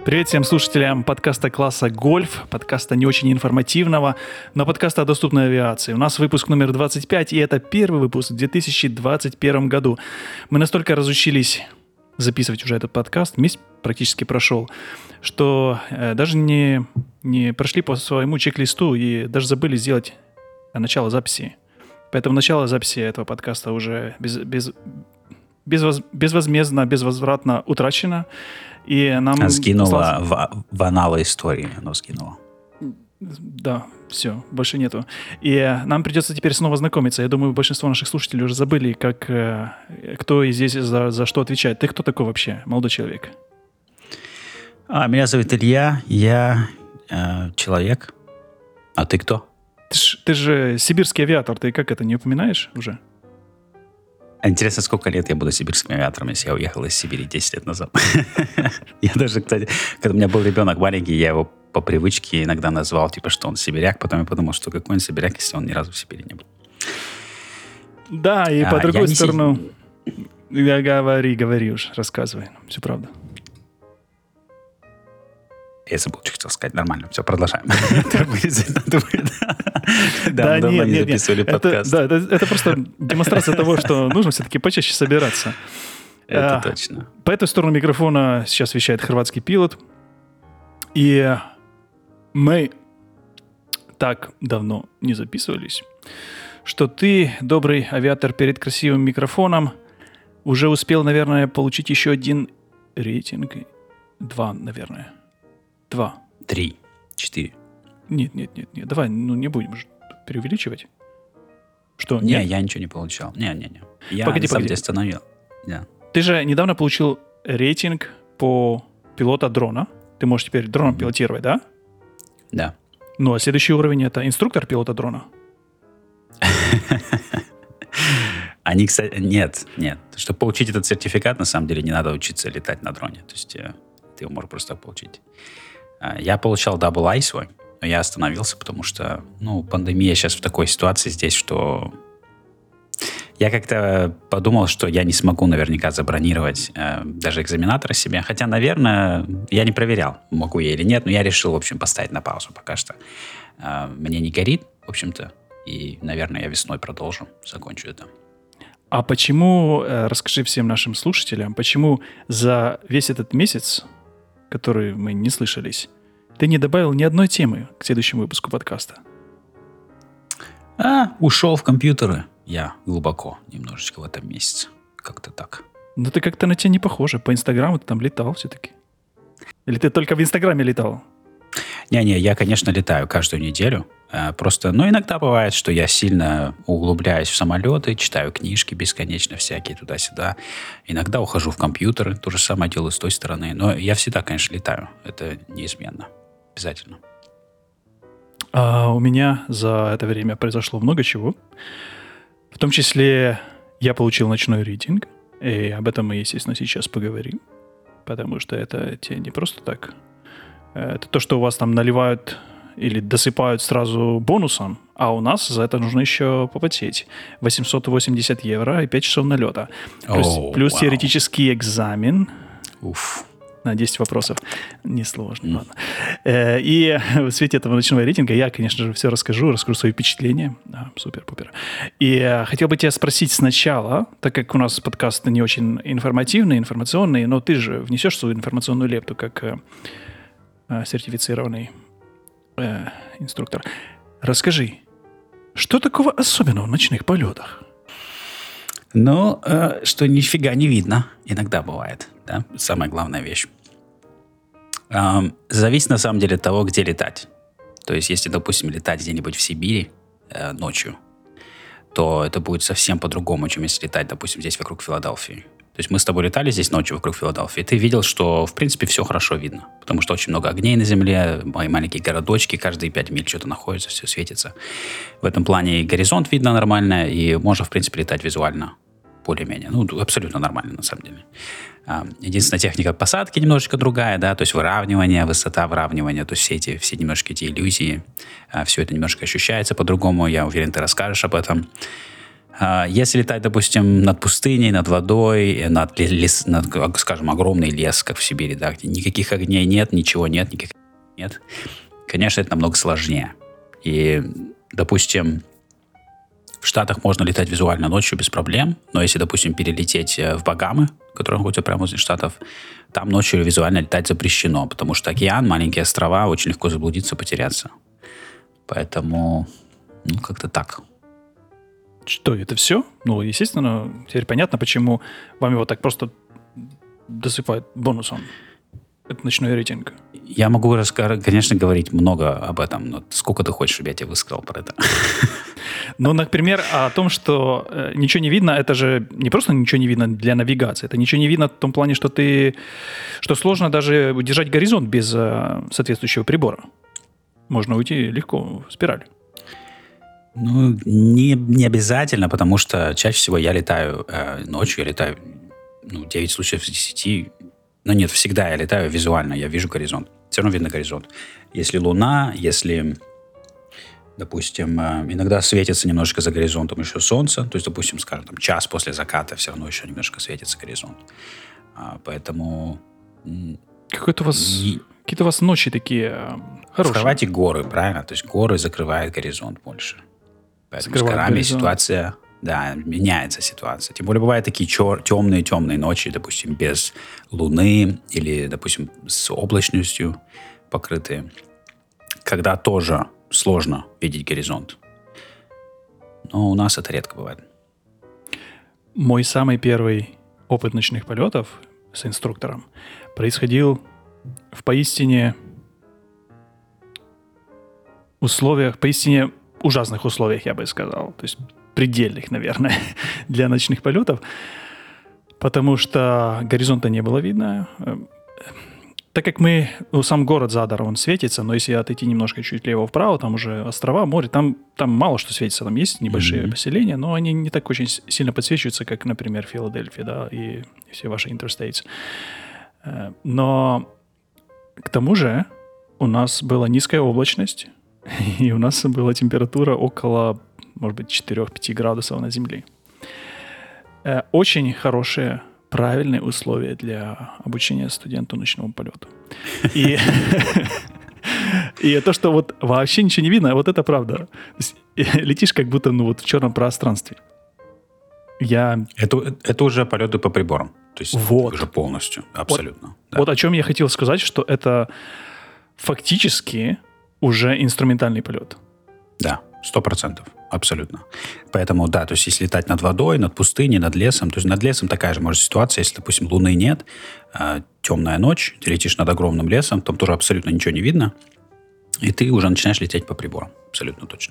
Привет всем слушателям подкаста класса «Гольф», подкаста не очень информативного, но подкаста о доступной авиации. У нас выпуск номер 25, и это первый выпуск в 2021 году. Мы настолько разучились записывать уже этот подкаст, месяц практически прошел, что даже не прошли по своему чек-листу и даже забыли сделать начало записи. Поэтому начало записи этого подкаста уже безвозмездно, безвозвратно утрачено. И нам скинула в аналы истории, оно скинуло. Да, все, больше нету. И нам придется теперь снова знакомиться. Я думаю, большинство наших слушателей уже забыли, кто здесь за что отвечает. Ты кто такой вообще, молодой человек? Меня зовут Илья, я человек. А ты кто? Ты же сибирский авиатор, ты как это, не упоминаешь уже? Интересно, сколько лет я буду сибирским авиатором, если я уехал из Сибири 10 лет назад. Я даже, кстати, когда у меня был ребенок маленький, я его по привычке иногда назвал, типа, что он сибиряк. Потом я подумал, что какой он сибиряк, если он ни разу в Сибири не был. Да, и по другой стороне... Говори уж, рассказывай. Все правда. Я забыл, что хотел сказать. Нормально, все, продолжаем. Да, давно не записывали подкаст. Да, это просто демонстрация того, что нужно все-таки почаще собираться. Это точно. По эту сторону микрофона сейчас вещает хорватский пилот. И мы так давно не записывались, что ты, добрый авиатор перед красивым микрофоном, уже успел, наверное, получить еще один рейтинг. 2, наверное. 2. 3. 4. Нет. Давай, не будем же преувеличивать. Что? Не, я ничего не получал. Не. Я погоди. остановил. Да. Ты же недавно получил рейтинг по пилота дрона. Ты можешь теперь дроном пилотировать, да? Да. Ну, а следующий уровень — это инструктор пилота дрона. Они, кстати, нет. Чтобы получить этот сертификат, на самом деле, не надо учиться летать на дроне. То есть ты его можешь просто получить. Я получал Double I свой, но я остановился, потому что, пандемия сейчас в такой ситуации здесь, что я как-то подумал, что я не смогу наверняка забронировать даже экзаменатора себе. Хотя, наверное, я не проверял, могу я или нет, но я решил, в общем, поставить на паузу пока что. Мне не горит, в общем-то, и, наверное, я весной продолжу, закончу это. А почему, расскажи всем нашим слушателям, почему за весь этот месяц, который мы не слышались, ты не добавил ни одной темы к следующему выпуску подкаста? Ушел в компьютеры я глубоко немножечко в этом месяце. Как-то так. Ну, ты как-то на тебя не похоже. По Инстаграму ты там летал все-таки. Или ты только в Инстаграме летал? Не, я, конечно, летаю каждую неделю. Просто, иногда бывает, что я сильно углубляюсь в самолеты, читаю книжки бесконечно всякие туда-сюда. Иногда ухожу в компьютеры, то же самое делаю с той стороны. Но я всегда, конечно, летаю. Это неизменно. Обязательно. У меня за это время произошло много чего. В том числе я получил ночной рейтинг. И об этом мы, естественно, сейчас поговорим. Потому что это тебе не просто так. Это то, что у вас там наливают или досыпают сразу бонусом, а у нас за это нужно еще попотеть. 880 евро и 5 часов налета. Плюс теоретический экзамен. Уф. На 10 вопросов. Несложно, ладно. И в свете этого ночного рейтинга я, конечно же, все расскажу свои впечатления. Супер-пупер. И хотел бы тебя спросить сначала, так как у нас подкаст не очень информативный, информационный, но ты же внесешь свою информационную лепту как сертифицированный инструктор. Расскажи, что такого особенного в ночных полетах? Что нифига не видно. Иногда бывает. Да? Самая главная вещь. Зависит, на самом деле, от того, где летать. То есть, если, допустим, летать где-нибудь в Сибири ночью, то это будет совсем по-другому, чем если летать, допустим, здесь вокруг Филадельфии. То есть мы с тобой летали здесь ночью вокруг Филадельфии, и ты видел, что, в принципе, все хорошо видно. Потому что очень много огней на земле, маленькие городочки, каждые 5 миль что-то находится, все светится. В этом плане и горизонт видно нормально, и можно, в принципе, летать визуально более-менее. Абсолютно нормально, на самом деле. Единственная техника посадки немножечко другая, да, то есть выравнивание, высота выравнивания, то есть все немножко эти иллюзии, все это немножко ощущается по-другому. Я уверен, ты расскажешь об этом. Если летать, допустим, над пустыней, над водой, над, скажем, огромный лес, как в Сибири, да, где никаких огней нет, ничего нет, никаких нет, конечно, это намного сложнее. И, допустим, в Штатах можно летать визуально ночью без проблем, но если, допустим, перелететь в Багамы, которые находятся прямо возле Штатов, там ночью визуально летать запрещено, потому что океан, маленькие острова, очень легко заблудиться, потеряться. Поэтому, как-то так. Что, это все? Ну, естественно, теперь понятно, почему вам его так просто досыпают бонусом. Это ночной рейтинг. Я могу, конечно, говорить много об этом, но сколько ты хочешь, чтобы я тебе высказал про это? Ну, например, о том, что ничего не видно, это же не просто ничего не видно для навигации, это ничего не видно в том плане, что сложно даже удержать горизонт без соответствующего прибора. Можно уйти легко в спираль. Ну, не обязательно, потому что чаще всего я летаю ночью, я летаю 9 случаев из 10. Но нет, всегда я летаю визуально, я вижу горизонт. Все равно видно горизонт. Если луна, если, допустим, иногда светится немножко за горизонтом еще солнце, то есть, допустим, скажем, там, час после заката все равно еще немножко светится горизонт. Поэтому... Какие-то у вас ночи такие хорошие. В Хорватии горы, правильно? То есть горы закрывают горизонт больше. Поэтому закрывают с горами горизонт. ситуация... Да, меняется ситуация. Тем более бывают такие темные ночи, допустим, без луны или, допустим, с облачностью покрытые, когда тоже сложно видеть горизонт. Но у нас это редко бывает. Мой самый первый опыт ночных полетов с инструктором происходил в поистине ужасных условиях, я бы сказал. То есть предельных, наверное, для ночных полетов, потому что горизонта не было видно. Так как сам город Задар, он светится, но если отойти немножко чуть влево-вправо, там уже острова, море, там мало что светится, там есть небольшие поселения, но они не так очень сильно подсвечиваются, как, например, Филадельфия, да, и все ваши интерстейтс. Но к тому же у нас была низкая облачность, и у нас была температура около, может быть, 4-5 градусов на Земле. Очень хорошие, правильные условия для обучения студенту ночному полету. И то, что вот вообще ничего не видно, вот это правда. Летишь как будто в черном пространстве. Это уже полеты по приборам. То есть уже полностью, абсолютно. Вот о чем я хотел сказать, что это фактически уже инструментальный полет. Да, 100%, абсолютно. Поэтому, да, то есть если летать над водой, над пустыней, над лесом, то есть над лесом такая же может ситуация, если, допустим, луны нет, темная ночь, ты летишь над огромным лесом, там тоже абсолютно ничего не видно, и ты уже начинаешь лететь по приборам, абсолютно точно.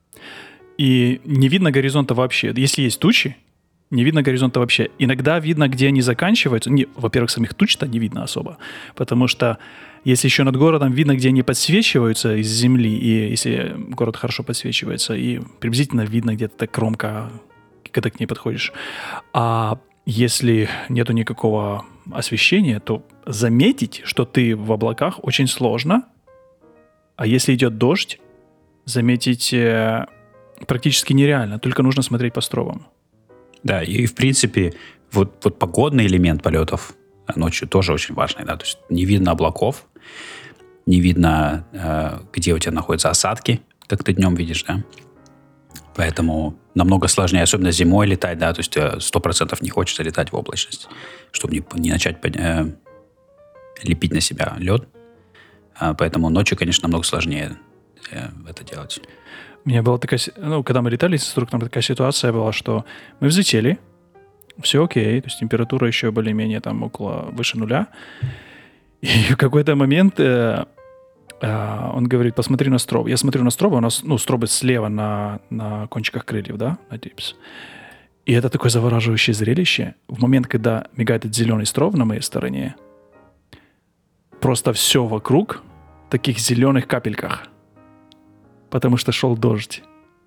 И не видно горизонта вообще. Если есть тучи, не видно горизонта вообще. Иногда видно, где они заканчиваются. Во-первых, самих туч-то не видно особо, потому что если еще над городом видно, где они подсвечиваются из земли, и если город хорошо подсвечивается, и приблизительно видно где-то кромка, когда к ней подходишь. А если нету никакого освещения, то заметить, что ты в облаках, очень сложно. А если идет дождь, заметить практически нереально. Только нужно смотреть по стробам. Да, и в принципе вот погодный элемент полетов ночью тоже очень важный. Да? То есть не видно облаков, не видно, где у тебя находятся осадки, как ты днем видишь, да. Поэтому намного сложнее, особенно зимой летать, да, то есть 100% не хочется летать в облачность, чтобы не начать лепить на себя лед. Поэтому ночью, конечно, намного сложнее это делать. У меня была такая, когда мы летали с инструктором, такая ситуация была, что мы взлетели, все окей, то есть температура еще более-менее там выше нуля. И в какой-то момент он говорит, посмотри на стробы. Я смотрю на стробы, у нас стробы слева на кончиках крыльев, да, на типс. И это такое завораживающее зрелище. В момент, когда мигает этот зеленый строб на моей стороне, просто все вокруг в таких зеленых капельках. Потому что шел дождь.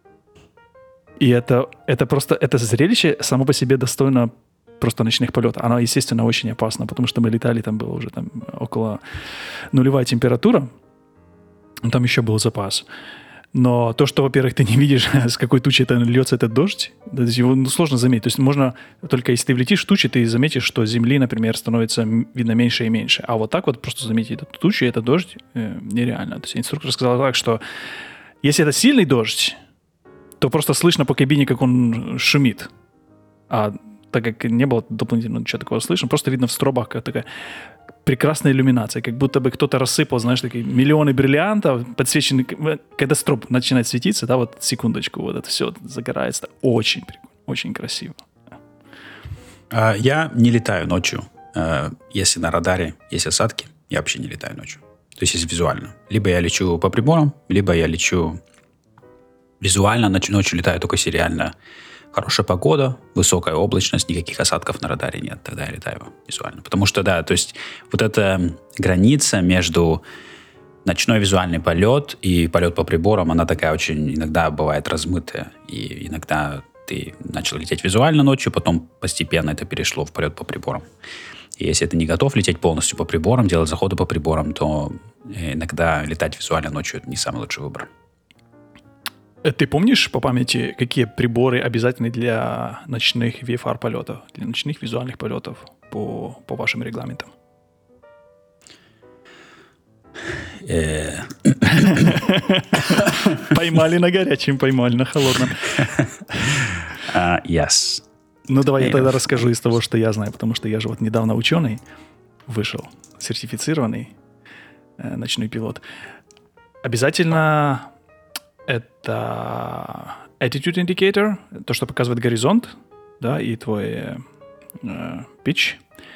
И это зрелище само по себе достойно просто ночных полетов. Оно, естественно, очень опасно, потому что мы летали, там было уже около нулевая температура. Там еще был запас. Но то, что, во-первых, ты не видишь, с какой тучи льется этот дождь, его сложно заметить. То есть можно, только если ты влетишь в тучи, ты заметишь, что земли, например, становится видно меньше и меньше. А вот так вот просто заметить эту тучу и этот дождь нереально. То есть инструктор сказал так, что если это сильный дождь, то просто слышно по кабине, как он шумит. А так как не было дополнительно ничего такого слышно, просто видно в стробах как такая прекрасная иллюминация, как будто бы кто-то рассыпал, знаешь, такие миллионы бриллиантов, подсвеченные, когда строб начинает светиться, да, вот секундочку, вот это все загорается. Очень прикольно, очень красиво. Я не летаю ночью. Если на радаре есть осадки, я вообще не летаю ночью. То есть если визуально. Либо я лечу по приборам, либо я лечу визуально, ночью летаю только если реально хорошая погода, высокая облачность, никаких осадков на радаре нет, тогда я летаю визуально. Потому что, да, то есть вот эта граница между ночной визуальный полет и полет по приборам, она такая очень иногда бывает размытая. И иногда ты начал лететь визуально ночью, потом постепенно это перешло в полет по приборам. И если ты не готов лететь полностью по приборам, делать заходы по приборам, то иногда летать визуально ночью – это не самый лучший выбор. Ты помнишь по памяти, какие приборы обязательны для ночных VFR-полетов, для ночных визуальных полетов по вашим регламентам? Поймали на горячем, поймали на холодном. Yes. Ну, давай я тогда расскажу из того, что я знаю, потому что я же вот недавно ученый вышел, сертифицированный ночной пилот. Обязательно это attitude indicator, то, что показывает горизонт, да, и твой pitch.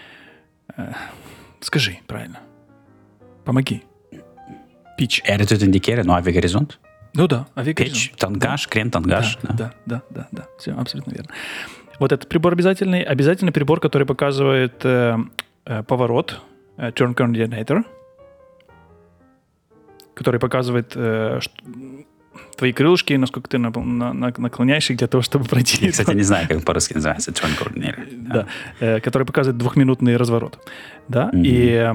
Скажи правильно. Помоги. Pitch. Attitude indicator, ну, авиагоризонт? Ну да, авиагоризонт. Pitch, тангаж, крен-тангаж. Да. Все, абсолютно верно. Вот этот прибор обязательный. Обязательный прибор, который показывает поворот, turn coordinator, который показывает твои крылышки, насколько ты наклоняешь их для того, чтобы пройти. Я, кстати, не знаю, как по-русски называется, turn coordinator. Да, который показывает 2-минутный разворот. Да, и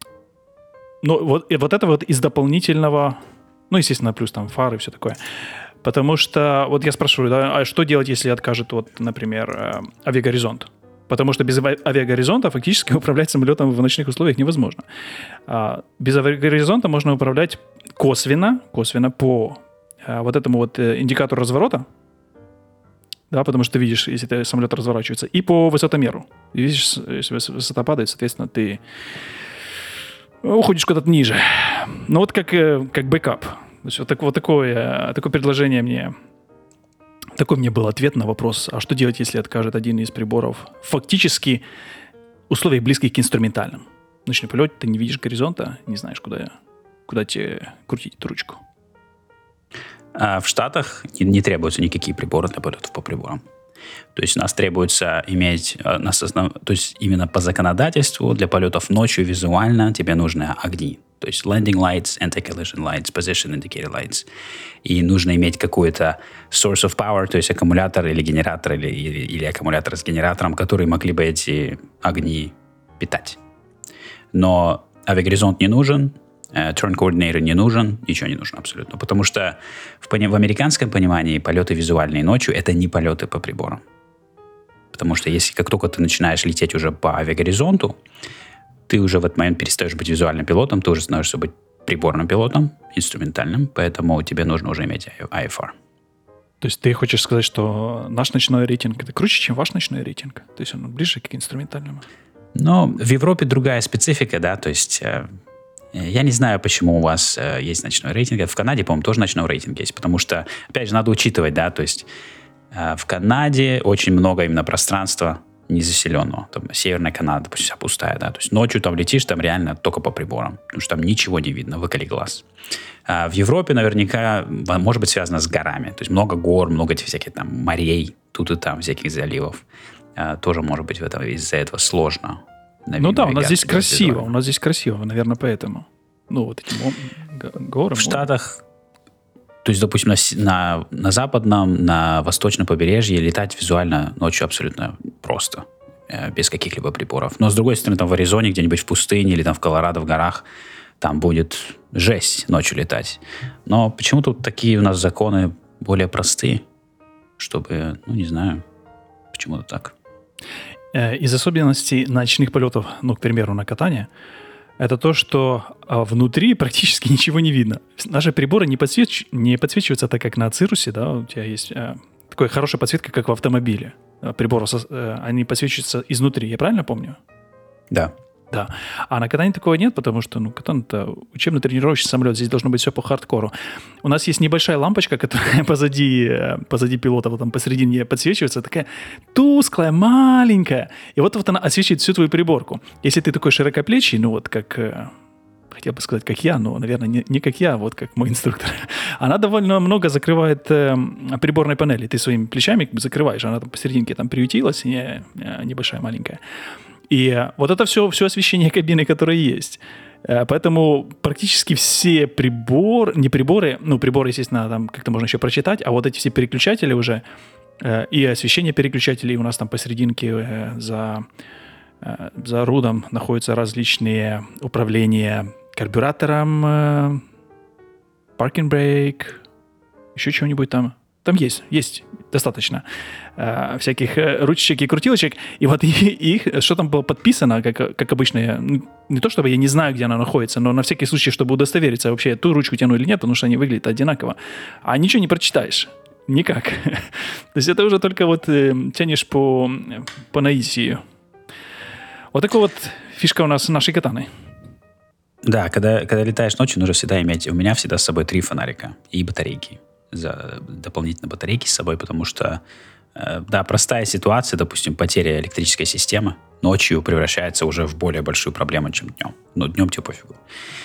вот это вот из дополнительного, ну, естественно, плюс там фары и все такое. Потому что, вот я спрашиваю, да, а что делать, если откажет, вот, например, авиагоризонт? Потому что без авиагоризонта фактически управлять самолетом в ночных условиях невозможно. Без авиагоризонта можно управлять косвенно по вот этому вот индикатору разворота, да, потому что ты видишь, если самолет разворачивается, и по высотомеру. И видишь, если высота падает, соответственно, ты уходишь куда-то ниже. Ну, вот как бэкап. То есть вот такое предложение мне... Такой мне был ответ на вопрос, а что делать, если откажет один из приборов? Фактически условия близких к инструментальным. В ночном полете ты не видишь горизонта, не знаешь, куда тебе крутить эту ручку. А в Штатах не требуются никакие приборы для полетов по приборам. То есть у нас требуется иметь, то есть именно по законодательству для полетов ночью визуально тебе нужны огни. То есть landing lights, anti-collision lights, position indicator lights. И нужно иметь какой-то source of power, то есть аккумулятор или генератор, или аккумулятор с генератором, которые могли бы эти огни питать. Но авиагоризонт не нужен, turn coordinator не нужен, ничего не нужно абсолютно. Потому что в американском понимании полеты визуальные ночью – это не полеты по приборам. Потому что если как только ты начинаешь лететь уже по авиагоризонту, ты уже в этот момент перестаешь быть визуальным пилотом, ты уже становишься быть приборным пилотом, инструментальным, поэтому тебе нужно уже иметь IFR. То есть ты хочешь сказать, что наш ночной рейтинг – это круче, чем ваш ночной рейтинг? То есть он ближе к инструментальному? Но в Европе другая специфика, да, то есть я не знаю, почему у вас есть ночной рейтинг. В Канаде, по-моему, тоже ночной рейтинг есть, потому что, опять же, надо учитывать, да, то есть в Канаде очень много именно пространства незаселенного. Там Северная Канада, допустим, вся пустая, да, то есть ночью там летишь, там реально только по приборам, потому что там ничего не видно, выколи глаз. А в Европе наверняка может быть связано с горами, то есть много гор, много этих всяких там морей, тут и там всяких заливов. Тоже может быть из-за этого сложно. Ну да, у нас здесь красиво, наверное, поэтому. Ну, вот эти горы. В Штатах, то есть, допустим, на западном, на восточном побережье летать визуально ночью абсолютно просто, без каких-либо приборов. Но, с другой стороны, там в Аризоне, где-нибудь в пустыне или там в Колорадо, в горах, там будет жесть ночью летать. Но почему тут такие у нас законы более простые, чтобы, не знаю, почему-то так. Из особенностей ночных полетов, к примеру, на катание, это то, что внутри практически ничего не видно. Наши приборы не подсвечиваются так, как на Цирусе, да, у тебя есть такая хорошая подсветка, как в автомобиле. Приборы, они подсвечиваются изнутри, я правильно помню? Да. Да. А на катании такого нет, потому что, катан — это учебно-тренировочный самолет, здесь должно быть все по хардкору. У нас есть небольшая лампочка, которая позади пилота, вот там посередине подсвечивается, такая тусклая, маленькая, и вот она освещает всю твою приборку. Если ты такой широкоплечий, как... хотел бы сказать, как я, но, наверное, не как я, вот как мой инструктор. Она довольно много закрывает приборной панели. Ты своими плечами закрываешь, она там посерединке там приютилась, небольшая, маленькая. И вот это все освещение кабины, которое есть. Поэтому практически все приборы, приборы, естественно, там как-то можно еще прочитать, а вот эти все переключатели уже, и освещение переключателей у нас там посерединке за рудом находятся различные управления карбюратором, паркинг брейк, еще чего-нибудь там. Там есть достаточно всяких ручечек и крутилочек. И вот их, что там было подписано, как обычно, не то чтобы я не знаю, где она находится, но на всякий случай, чтобы удостовериться, вообще ту ручку тяну или нет, потому что они выглядят одинаково. А ничего не прочитаешь. Никак. То есть это уже только вот тянешь по наитию. Вот такая вот фишка у нас нашей катаны. Да, когда летаешь ночью, нужно всегда иметь... У меня всегда с собой 3 фонарика и батарейки. Дополнительно батарейки с собой, потому что, простая ситуация, допустим, потеря электрической системы ночью превращается уже в более большую проблему, чем днем. Но днем тебе пофигу.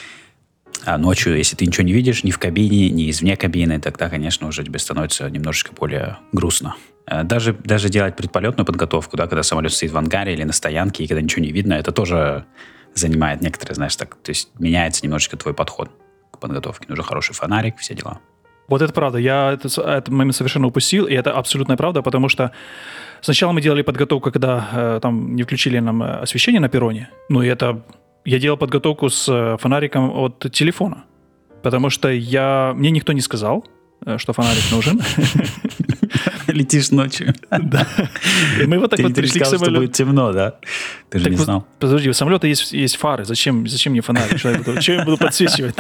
А ночью, если ты ничего не видишь ни в кабине, ни извне кабины, тогда, конечно, уже тебе становится немножечко более грустно. Даже делать предполетную подготовку, да, когда самолет стоит в ангаре или на стоянке, и когда ничего не видно, это тоже занимает некоторые, то есть меняется немножечко твой подход к подготовке. Нужен хороший фонарик, все дела. Вот это правда. Я этот момент совершенно упустил, и это абсолютная правда, потому что сначала мы делали подготовку, когда там не включили нам освещение на перроне. Я делал подготовку с фонариком от телефона, потому что мне никто не сказал, что фонарик нужен. Летишь ночью. Да. И мы вот так вот пришли к самолету. Что будет темно, да? Ты же не знал. Подожди, у самолета есть фары. Зачем мне фонарик? Что я буду подсвечивать?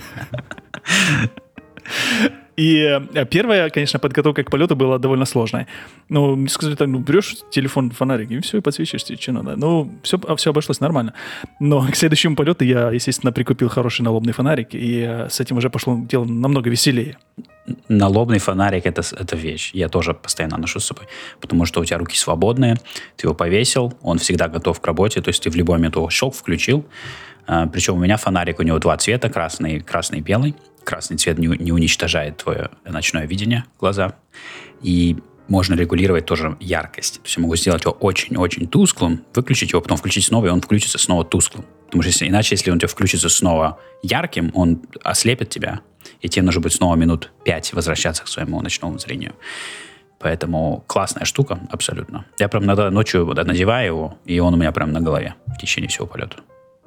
И первая, конечно, подготовка к полету была довольно сложная. Мне сказали, так, берешь телефон, фонарик, и все, и подсвечиваешь тебе, что надо. Все обошлось нормально. Но к следующему полету я, естественно, прикупил хороший налобный фонарик, и с этим уже пошло дело намного веселее. Налобный фонарик — это вещь. Я тоже постоянно ношу с собой, потому что у тебя руки свободные, ты его повесил, он всегда готов к работе, то есть ты в любой момент его щелк включил. Причем у меня фонарик, у него 2 цвета, красный и белый. Красный цвет не уничтожает твое ночное видение, глаза. И можно регулировать тоже яркость. То есть я могу сделать его очень-очень тусклым, выключить его, потом включить снова, и он включится снова тусклым. Потому что если он у тебя включится снова ярким, он ослепит тебя, и тебе нужно будет снова минут 5 возвращаться к своему ночному зрению. Поэтому классная штука, абсолютно. Я прям иногда ночью надеваю его, и он у меня прям на голове в течение всего полета.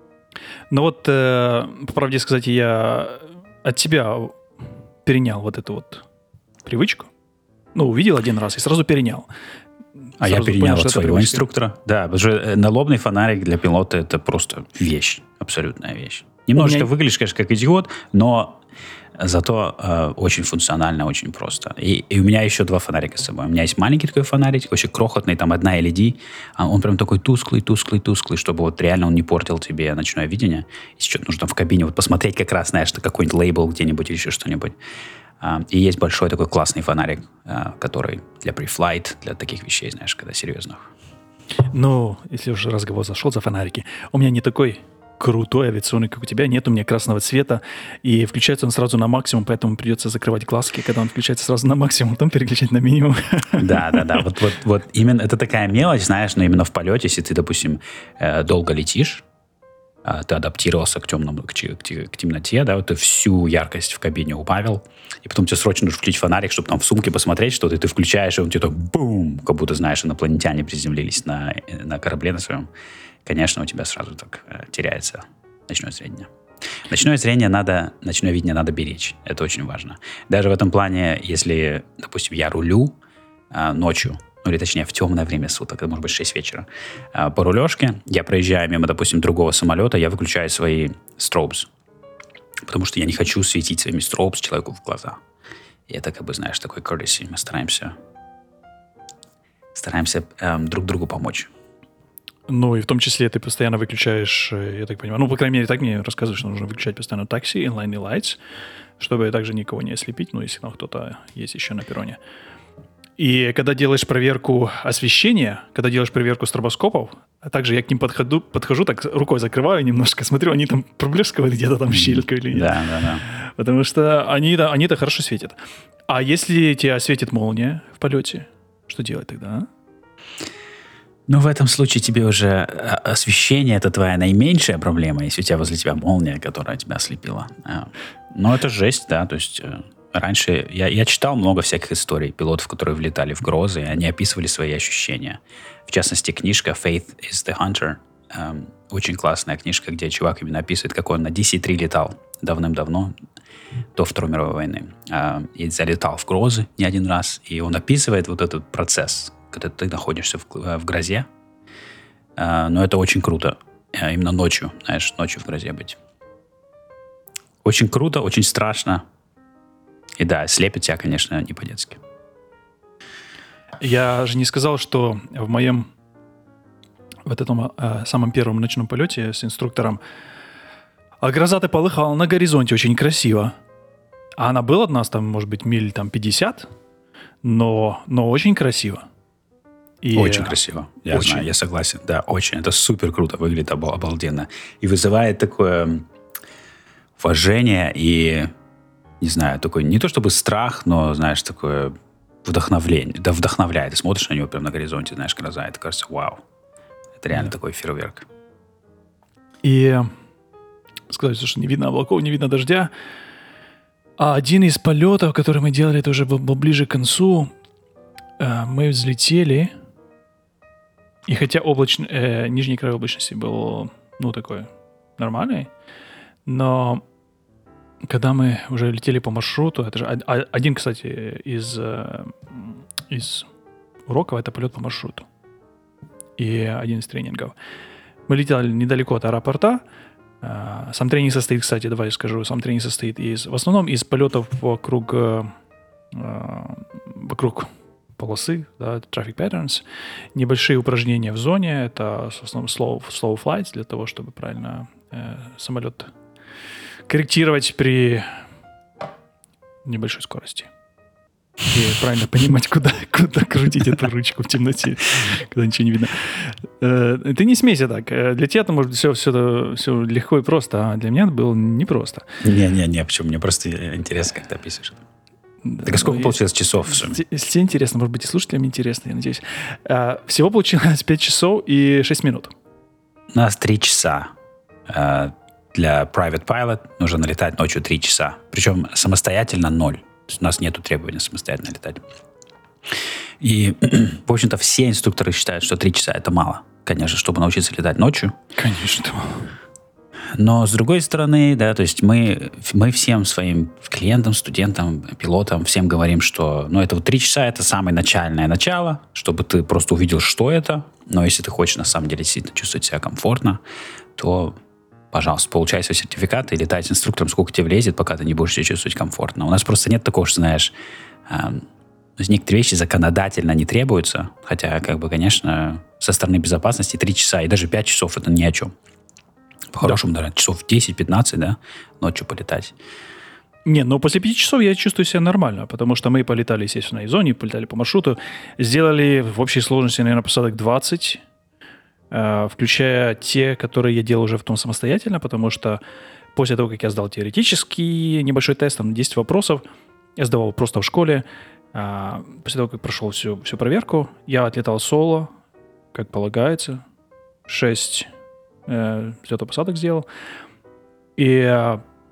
По правде сказать, я от тебя перенял вот эту вот привычку. Увидел один раз и сразу перенял. Я перенял от своего инструктора. Да, потому что налобный фонарик для пилота — это просто вещь, абсолютная вещь. Немножечко выглядишь, конечно, как идиот, но зато очень функционально, очень просто. И у меня еще 2 фонарика с собой. У меня есть маленький такой фонарик, очень крохотный, там 1 LED. Он прям такой тусклый, чтобы вот реально он не портил тебе ночное видение. Если что-то нужно в кабине вот посмотреть как раз, знаешь, какой-нибудь лейбл где-нибудь или еще что-нибудь. И есть большой такой классный фонарик, который для pre-flight, для таких вещей, знаешь, когда серьезных. Если уже разговор зашел за фонарики, у меня не такой крутой авиационный, как у тебя, нет у меня красного цвета, и включается он сразу на максимум, поэтому придется закрывать глазки, когда он включается сразу на максимум, потом переключать на минимум. Да. Вот именно это такая мелочь, знаешь, но именно в полете, если ты, допустим, долго летишь, ты адаптировался к темноте, да, вот ты всю яркость в кабине убавил, и потом тебе срочно нужно включить фонарик, чтобы там в сумке посмотреть что-то, и ты включаешь, и он тебе так бум, как будто, знаешь, инопланетяне приземлились на корабле на своем. Конечно, у тебя сразу так теряется ночное зрение. Ночное видение надо беречь. Это очень важно. Даже в этом плане, если, допустим, я рулю ночью, ну или точнее в темное время суток, это может быть 6 вечера, по рулежке, я проезжаю мимо, допустим, другого самолета, я выключаю свои стробс, потому что я не хочу светить своими стробс человеку в глаза. И это, как бы, знаешь, такой courtesy. Мы стараемся друг другу помочь. Ну, и в том числе ты постоянно выключаешь, я так понимаю, ну, по крайней мере, так мне рассказывают, что нужно выключать постоянно такси, inline lights, чтобы также никого не ослепить, ну, если там кто-то есть еще на перроне. И когда делаешь проверку освещения, когда делаешь проверку стробоскопов, а также я к ним подхожу, так рукой закрываю немножко, смотрю, они там проблескивают где-то там щелька или нет. Да. Потому что они-то хорошо светят. А если тебя светит молния в полете, что делать тогда, а? Ну, в этом случае тебе уже освещение — это твоя наименьшая проблема, если у тебя возле тебя молния, которая тебя ослепила. Но это жесть, да, то есть раньше я читал много всяких историй пилотов, которые влетали в грозы, и они описывали свои ощущения. В частности, книжка «Faith is the Hunter», очень классная книжка, где чувак именно описывает, как он на DC-3 летал давным-давно, до Второй мировой войны, и залетал в грозы не один раз, и он описывает вот этот процесс, когда ты находишься в грозе. Но это очень круто. Именно ночью, знаешь, ночью в грозе быть. Очень круто, очень страшно. И да, слепит тебя, конечно, не по-детски. Я же не сказал, что в моем вот этом самом первом ночном полете с инструктором гроза-то полыхала на горизонте очень красиво. А она была от нас там, может быть, миль там 50, но очень красиво. И очень красиво. Я знаю, я согласен. Да, очень. Это супер круто выглядит, обалденно. И вызывает такое уважение и, не знаю, такой, не то чтобы страх, но, знаешь, такое вдохновление. Да, вдохновляет. Ты смотришь на него прямо на горизонте, знаешь, гроза, и ты кажется, вау. Это реально такой фейерверк. И сказать, что не видно облаков, не видно дождя. А один из полетов, который мы делали, это уже был ближе к концу, мы взлетели, и хотя нижний край облачности был, ну, такой нормальный, но когда мы уже летели по маршруту, это же один, кстати, из уроков, это полет по маршруту. И один из тренингов. Мы летели недалеко от аэропорта. Сам тренинг состоит, кстати, давай я скажу, в основном из полетов вокруг полосы, да, traffic patterns, небольшие упражнения в зоне, это в основном slow flights, для того, чтобы правильно самолет корректировать при небольшой скорости. И правильно понимать, куда крутить эту ручку в темноте, когда ничего не видно. Ты не смейся так. Для тебя это может быть все легко и просто, а для меня это было непросто. Не, почему? Мне просто интересно, как ты описываешь. Да, так а сколько получилось часов в сумме? Если тебе интересно, может быть, и слушателям интересно, я надеюсь. Всего получилось 5 часов и 6 минут. У нас 3 часа. Для private pilot нужно налетать ночью 3 часа. Причем самостоятельно 0. То есть у нас нет требования самостоятельно летать. И, в общем-то, все инструкторы считают, что 3 часа — это мало. Конечно, чтобы научиться летать ночью. Конечно, это мало. Но, с другой стороны, да, то есть мы всем своим клиентам, студентам, пилотам, всем говорим, что, ну, это вот 3 часа — это самое начальное начало, чтобы ты просто увидел, что это. Но если ты хочешь, на самом деле, действительно чувствовать себя комфортно, то, пожалуйста, получай свой сертификат и летай с инструктором, сколько тебе влезет, пока ты не будешь себя чувствовать комфортно. У нас просто нет такого, что, знаешь, некоторые вещи законодательно не требуются, хотя, как бы, конечно, со стороны безопасности 3 часа и даже 5 часов — это ни о чем. По-хорошему, наверное, часов 10-15, да, ночью полетать. Не, но после 5 часов я чувствую себя нормально, потому что мы полетали, естественно, из зоны, полетали по маршруту, сделали в общей сложности, наверное, посадок 20, включая те, которые я делал уже в том самостоятельно, потому что после того, как я сдал теоретический небольшой тест, там 10 вопросов, я сдавал просто в школе, после того, как прошел всю проверку, я отлетал соло, как полагается, 6 взлетов-посадок сделал. И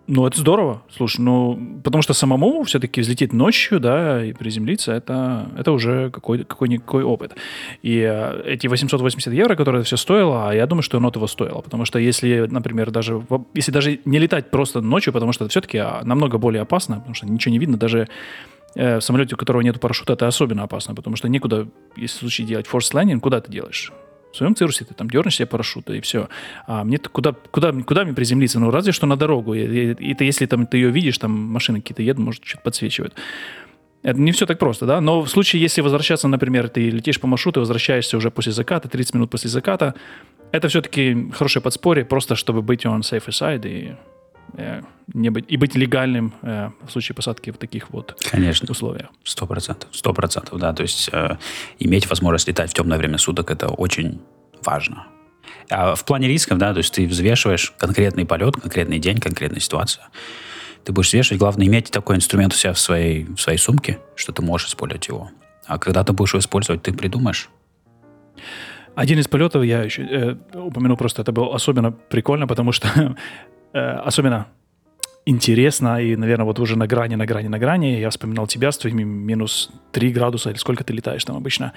Ну, это здорово. Слушай, ну, потому что самому все-таки взлететь ночью, да, и приземлиться, это уже какой-никакой опыт. И эти 880 евро, которые это все стоило, я думаю, что оно того стоило. Потому что если, например, если даже не летать просто ночью, потому что это все-таки намного более опасно, потому что ничего не видно, даже в самолете, у которого нет парашюта, это особенно опасно, потому что некуда, если в случае делать forced landing, куда ты делаешь? В своем циррусе ты там дернешь себе парашют, и все. А мне-то куда мне приземлиться? Ну, разве что на дорогу. И ты, если там ты ее видишь, там машины какие-то едут, может, что-то подсвечивают. Это не все так просто, да? Но в случае, если возвращаться, например, ты летишь по маршруту, возвращаешься уже после заката, 30 минут после заката, это все-таки хорошее подспорье, просто чтобы быть on safe side и быть легальным в случае посадки в таких вот условиях. 100%, да. То есть иметь возможность летать в темное время суток – это очень важно. А в плане рисков, да, то есть ты взвешиваешь конкретный полет, конкретный день, конкретная ситуация. Ты будешь взвешивать, главное, иметь такой инструмент у себя в своей сумке, что ты можешь использовать его. А когда ты будешь его использовать, ты придумаешь. Один из полетов я еще упомяну просто, это было особенно прикольно, потому что особенно интересно и, наверное, вот уже на грани. Я вспоминал тебя с твоими минус 3 градуса, или сколько ты летаешь там обычно,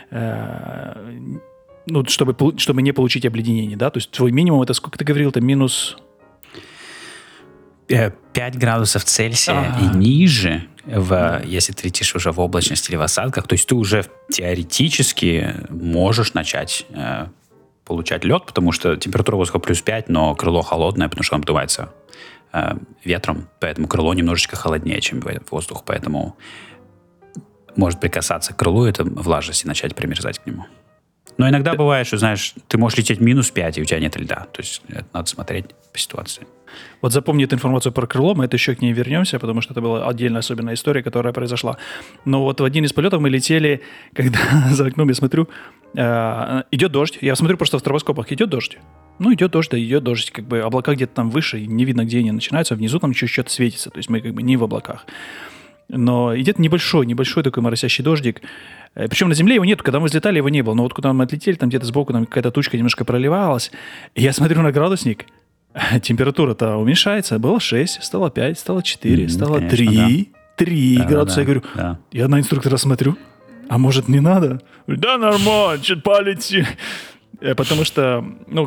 ну, чтобы не получить обледенение, да? То есть твой минимум, это сколько ты говорил, это минус... 5 градусов Цельсия и ниже, если ты летишь уже в облачности или в осадках, то есть ты уже теоретически можешь начать получать лед, потому что температура воздуха плюс 5, но крыло холодное, потому что он обдувается ветром, поэтому крыло немножечко холоднее, чем воздух, поэтому может прикасаться к крылу, это влажность, и начать примерзать к нему. Но иногда бывает, что, знаешь, ты можешь лететь минус 5, и у тебя нет льда. То есть это надо смотреть по ситуации. Вот запомни эту информацию про крыло, мы это еще к ней вернемся, потому что это была отдельная особенная история, которая произошла. Но вот в один из полетов мы летели, когда за окном я смотрю, идет дождь. Я смотрю просто в стробоскопах, идет дождь. Ну, идет дождь, да, идет дождь. Как бы облака где-то там выше, и не видно, где они начинаются. Внизу там еще что-то светится. То есть мы как бы не в облаках. Но идет небольшой такой моросящий дождик. Причем на земле его нет. Когда мы взлетали, его не было. Но вот куда мы отлетели, там где-то сбоку там какая-то тучка немножко проливалась. И я смотрю на градусник, температура-то уменьшается. Было 6, стало 5, стало 4, стало конечно, 3. Да. 3 градуса. Да, я говорю, я на инструктора смотрю, а может не надо? Да нормально, что-то полети. Потому что,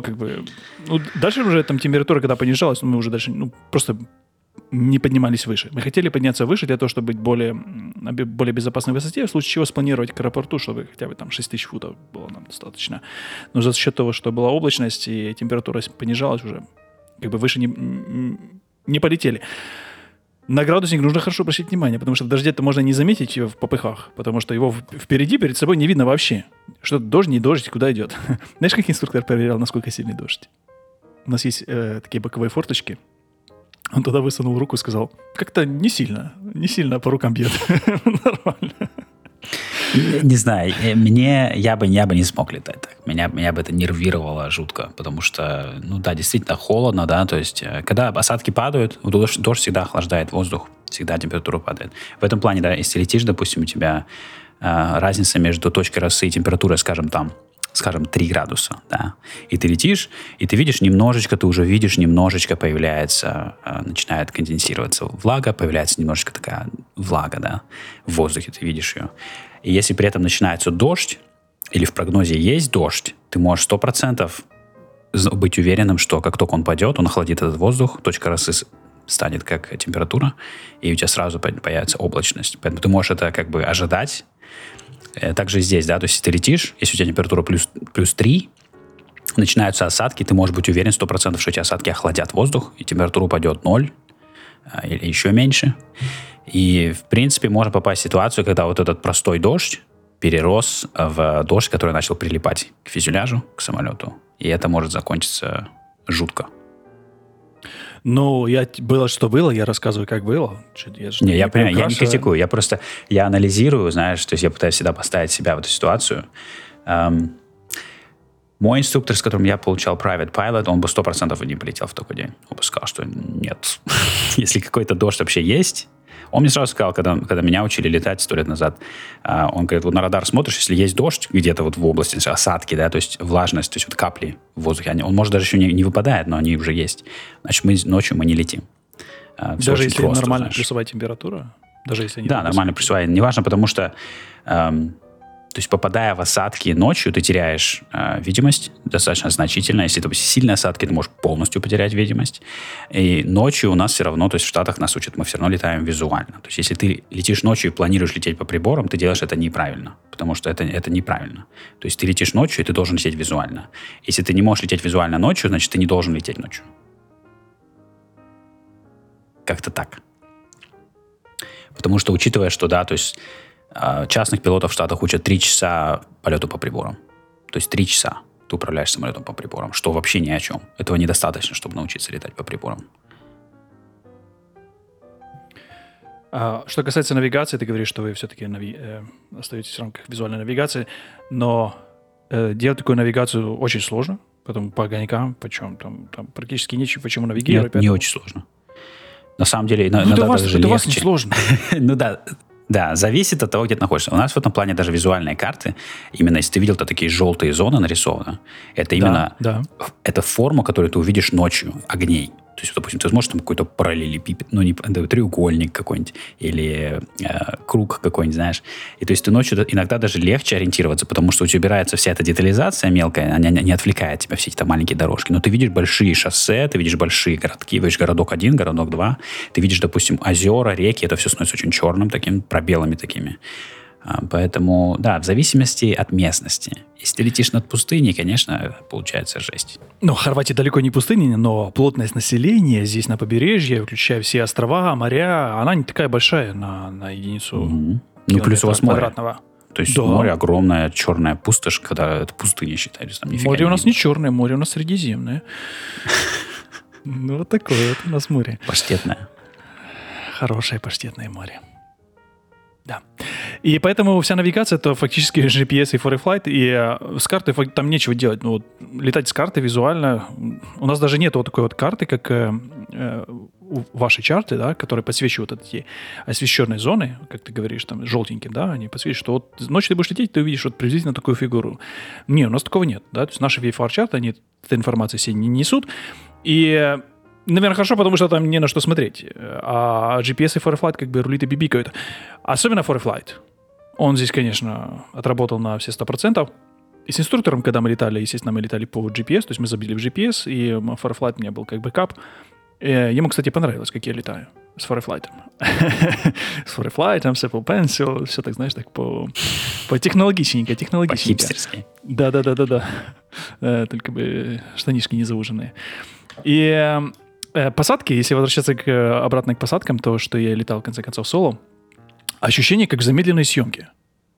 дальше уже там температура, когда понижалась, мы уже дальше, просто не поднимались выше. Мы хотели подняться выше для того, чтобы быть на более безопасной высоте, в случае чего спланировать к аэропорту, чтобы хотя бы там 6000 футов было нам достаточно. Но за счет того, что была облачность и температура понижалась уже, как бы выше не полетели. На градусник нужно хорошо обращать внимание, потому что дождя-то можно не заметить в попыхах, потому что его впереди, перед собой не видно вообще. Что дождь, не дождь, куда идет. Знаешь, как инструктор проверял, насколько сильный дождь? У нас есть такие боковые форточки. Он туда высунул руку и сказал, как-то не сильно по рукам бьет. Нормально. Не знаю, я бы не смог летать так. Меня бы это нервировало жутко, потому что, действительно холодно, да, то есть, когда осадки падают, дождь всегда охлаждает воздух, всегда температура падает. В этом плане, да, если летишь, допустим, у тебя разница между точкой росы и температурой, скажем, 3 градуса, да, и ты летишь, и ты видишь немножечко появляется, начинает конденсироваться влага, появляется немножечко такая влага, да, в воздухе, ты видишь ее. И если при этом начинается дождь, или в прогнозе есть дождь, ты можешь 100% быть уверенным, что как только он пойдет, он охладит этот воздух, точка росы станет как температура, и у тебя сразу появится облачность. Поэтому ты можешь это как бы ожидать. Также здесь, да, то есть если ты летишь, если у тебя температура плюс 3, начинаются осадки, ты можешь быть уверен 100%, что эти осадки охладят воздух, и температура упадет 0 или еще меньше. И, в принципе, можно попасть в ситуацию, когда вот этот простой дождь перерос в дождь, который начал прилипать к фюзеляжу, к самолету. И это может закончиться жутко. Было, что было, я рассказываю, как было. Я понимаю, я не критикую, я анализирую, знаешь, то есть я пытаюсь всегда поставить себя в эту ситуацию. Мой инструктор, с которым я получал private pilot, он бы 100% не полетел в такой день. Он бы сказал, что нет. Если какой-то дождь вообще есть. Он мне сразу сказал, когда меня учили летать 100 лет назад, он говорит, вот на радар смотришь, если есть дождь где-то вот в области, осадки, да, то есть влажность, то есть вот капли в воздухе, он может даже еще не выпадает, но они уже есть. Значит, ночью мы не летим. Даже если просто, нормальная плюсовая температура? Даже если да, нормальная плюсовая. Неважно, потому что то есть, попадая в осадки ночью, ты теряешь видимость достаточно значительно. Если это сильные осадки, ты можешь полностью потерять видимость. И ночью у нас все равно, то есть в Штатах нас учат, мы все равно летаем визуально. То есть, если ты летишь ночью и планируешь лететь по приборам, ты делаешь это неправильно, потому что это неправильно. То есть, ты летишь ночью, и ты должен лететь визуально. Если ты не можешь лететь визуально ночью, значит, ты не должен лететь ночью. Как-то так. Потому что, учитывая, что, да, то есть частных пилотов в Штатах учат 3 часа полету по приборам. То есть 3 часа ты управляешь самолетом по приборам, что вообще ни о чем. Этого недостаточно, чтобы научиться летать по приборам. Что касается навигации, ты говоришь, что вы все-таки остаетесь в рамках визуальной навигации, но делать такую навигацию очень сложно, потом по огонькам, почем там практически нечего, почему навигировать. Нет, не очень сложно. На самом деле, иногда даже легче. Это у вас не сложно. Ну да. Да, зависит от того, где ты находишься. У нас в этом плане даже визуальные карты, именно если ты видел, то такие желтые зоны нарисованы, это именно это форма, которую ты увидишь ночью, огней. То есть, допустим, ты сможешь там какой-то параллелепипед, треугольник какой-нибудь или круг какой-нибудь, знаешь. И то есть ты ночью иногда даже легче ориентироваться, потому что у тебя убирается вся эта детализация мелкая, она не отвлекает тебя, все эти там маленькие дорожки. Но ты видишь большие шоссе, ты видишь большие городки, видишь городок 1, городок 2, ты видишь, допустим, озера, реки, это все становится очень черным, таким пробелами такими. Поэтому, да, в зависимости от местности. Если ты летишь над пустыней, конечно, получается жесть. Ну, Хорватия далеко не пустыня, но плотность населения здесь на побережье, включая все острова, моря, она не такая большая на единицу Ну, плюс у вас квадратного. Море. То есть море огромная, черная пустошь, когда это пустыня считается. Море у нас не черное, море у нас средиземное. Ну, вот такое вот у нас море. Паштетное. Хорошее паштетное море. Да. И поэтому вся навигация — это фактически GPS и ForeFlight, и с картой там нечего делать. Ну, вот, летать с карты визуально... У нас даже нет вот такой вот карты, как у вашей чарты, да, которые подсвечивают эти освещенные зоны, как ты говоришь, там, желтеньким, да, они подсвечивают, что вот ночью ты будешь лететь, ты увидишь вот приблизительно такую фигуру. Не, у нас такого нет, да, то есть наши VFR-чарты, они этой информации все не несут, и... Наверное, хорошо, потому что там не на что смотреть. А GPS и ForeFlight как бы рулит и бибикают. Особенно ForeFlight. Он здесь, конечно, отработал на все 100%. И с инструктором, когда мы летали, естественно, мы летали по GPS, то есть мы забили в GPS, и ForeFlight у меня был как бэкап. Ему, кстати, понравилось, как я летаю с ForeFlight. С ForeFlight, с Apple Pencil, все так, знаешь, так по технологичненько. По-хипстерски. Да. Только бы штанишки не зауженные. И... посадки, если возвращаться обратно к посадкам, то, что я летал, в конце концов, соло, ощущение как в замедленной съемке.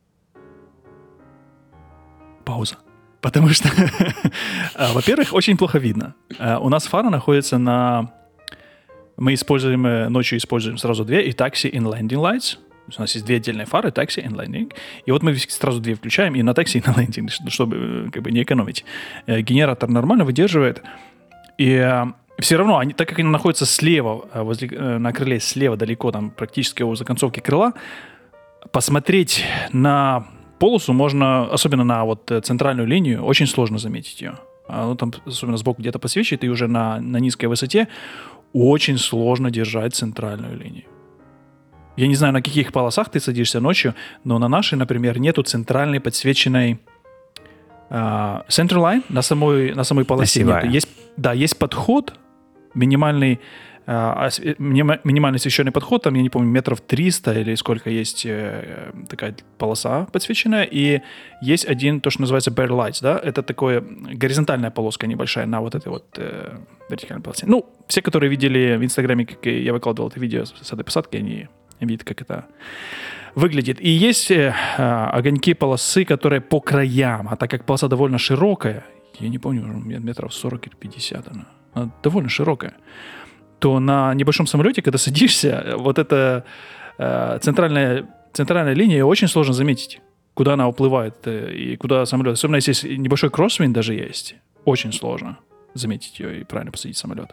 Пауза. Потому что, во-первых, очень плохо видно. У нас фара находится на... Мы ночью используем сразу две, и taxi and landing lights. У нас есть две отдельные фары, taxi and landing. И вот мы сразу две включаем, и на taxi, и на landing, чтобы как бы не экономить. Генератор нормально выдерживает. И... Все равно, так как они находятся слева, на крыле слева далеко, там практически у законцовки крыла, посмотреть на полосу можно, особенно на вот центральную линию, очень сложно заметить ее. Ну, там, особенно сбоку где-то подсвечивает, и уже на низкой высоте очень сложно держать центральную линию. Я не знаю, на каких полосах ты садишься ночью, но на нашей, например, нету центральной подсвеченной center line на самой полосе. Есть подход, минимальный освещенный подход, там, я не помню, метров 300 или сколько есть такая полоса подсвеченная, и есть один, то, что называется bare lights, да, это такая горизонтальная полоска небольшая на вот этой вот вертикальной полосе. Ну, все, которые видели в Инстаграме, как я выкладывал это видео с этой посадки, они видят, как это выглядит. И есть огоньки полосы, которые по краям, а так как полоса довольно широкая, я не помню, метров 40 или 50 она довольно широкая, то на небольшом самолете, когда садишься, вот эта центральная линия очень сложно заметить, куда она уплывает и куда самолет. Особенно если небольшой кроссвинд даже есть, очень сложно заметить ее и правильно посадить самолет.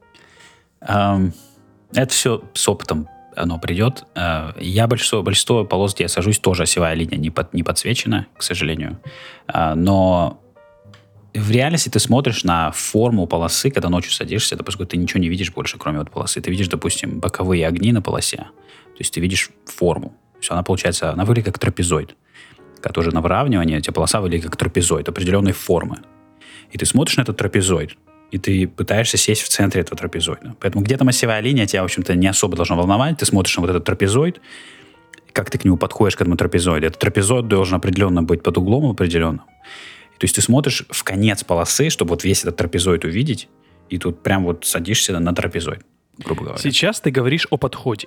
Это все с опытом оно придет. Я большинство полос, где я сажусь, тоже осевая линия не подсвечена, к сожалению. Но в реальности ты смотришь на форму полосы, когда ночью садишься, да, поскольку ты ничего не видишь больше, кроме вот полосы. Ты видишь, допустим, боковые огни на полосе. То есть ты видишь форму. То есть она, получается, она выглядит как трапезоид. Когда тоже на выравнивании, у тебя полоса выглядит как трапезоид определенной формы. И ты смотришь на этот трапезоид, и ты пытаешься сесть в центре этого трапезоида. Поэтому где-то массивная линия тебя, в общем-то, не особо должна волновать. Ты смотришь на вот этот трапезоид, как ты к нему подходишь, к этому трапезоиду. Этот трапезоид должен определенно быть под углом определенным. То есть ты смотришь в конец полосы, чтобы вот весь этот трапезоид увидеть, и тут прям вот садишься на трапезоид, грубо говоря. Сейчас ты говоришь о подходе.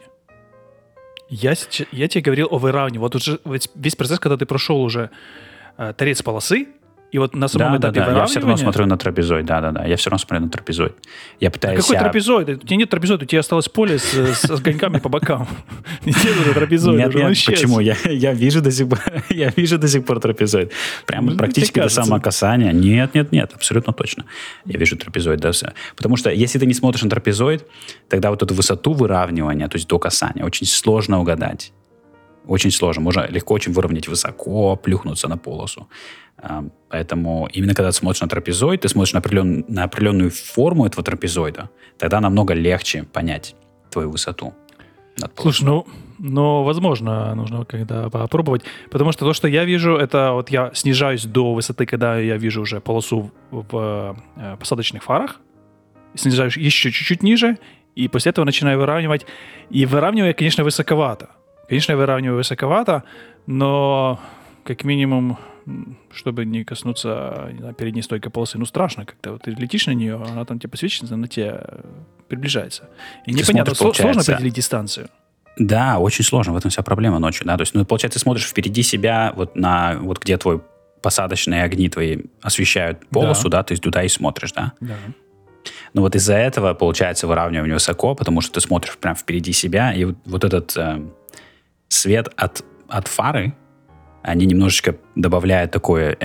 Я тебе говорил о выравнивании. Вот уже весь процесс, когда ты прошел уже торец полосы, и вот на самом этапе выравнивания... Я все равно смотрю на трапезоид, да. Я все равно смотрю на трапезоид. Я пытаюсь... Какой трапезоид? У тебя нет трапезоида, у тебя осталось поле с огоньками по бокам. Нет уже трапезоида. Нет, почему? Я вижу до сих пор трапезоид. Прямо практически до самого касания. Нет, абсолютно точно. Я вижу трапезоид, да, все. Потому что если ты не смотришь на трапезоид, тогда вот эту высоту выравнивания, то есть до касания, очень сложно угадать. Очень сложно. Можно легко очень выровнять высоко, плюхнуться на полосу. Поэтому именно когда ты смотришь на трапезоид, ты смотришь на определенную форму этого трапезоида, тогда намного легче понять твою высоту над полосой. Слушай, ну, возможно, нужно когда попробовать. Потому что то, что я вижу, это вот я снижаюсь до высоты, когда я вижу уже полосу в посадочных фарах, снижаюсь еще чуть-чуть ниже, и после этого начинаю выравнивать. И выравниваю я, конечно, высоковато. Конечно, я выравниваю высоковато, но как минимум, чтобы не коснуться, не знаю, передней стойкой полосы, ну страшно как-то. Вот ты летишь на нее, она там тебе посвечивается, она тебе приближается. И непонятно, сложно определить дистанцию. Да, очень сложно, в этом вся проблема ночью. Да? То есть, получается, ты смотришь впереди себя, вот где твой посадочные огни твои освещают полосу, да, ты туда и смотришь, да? Да. Но вот из-за этого, получается, выравнивание высоко, потому что ты смотришь прямо впереди себя, и вот этот свет от фары, они немножечко добавляют такую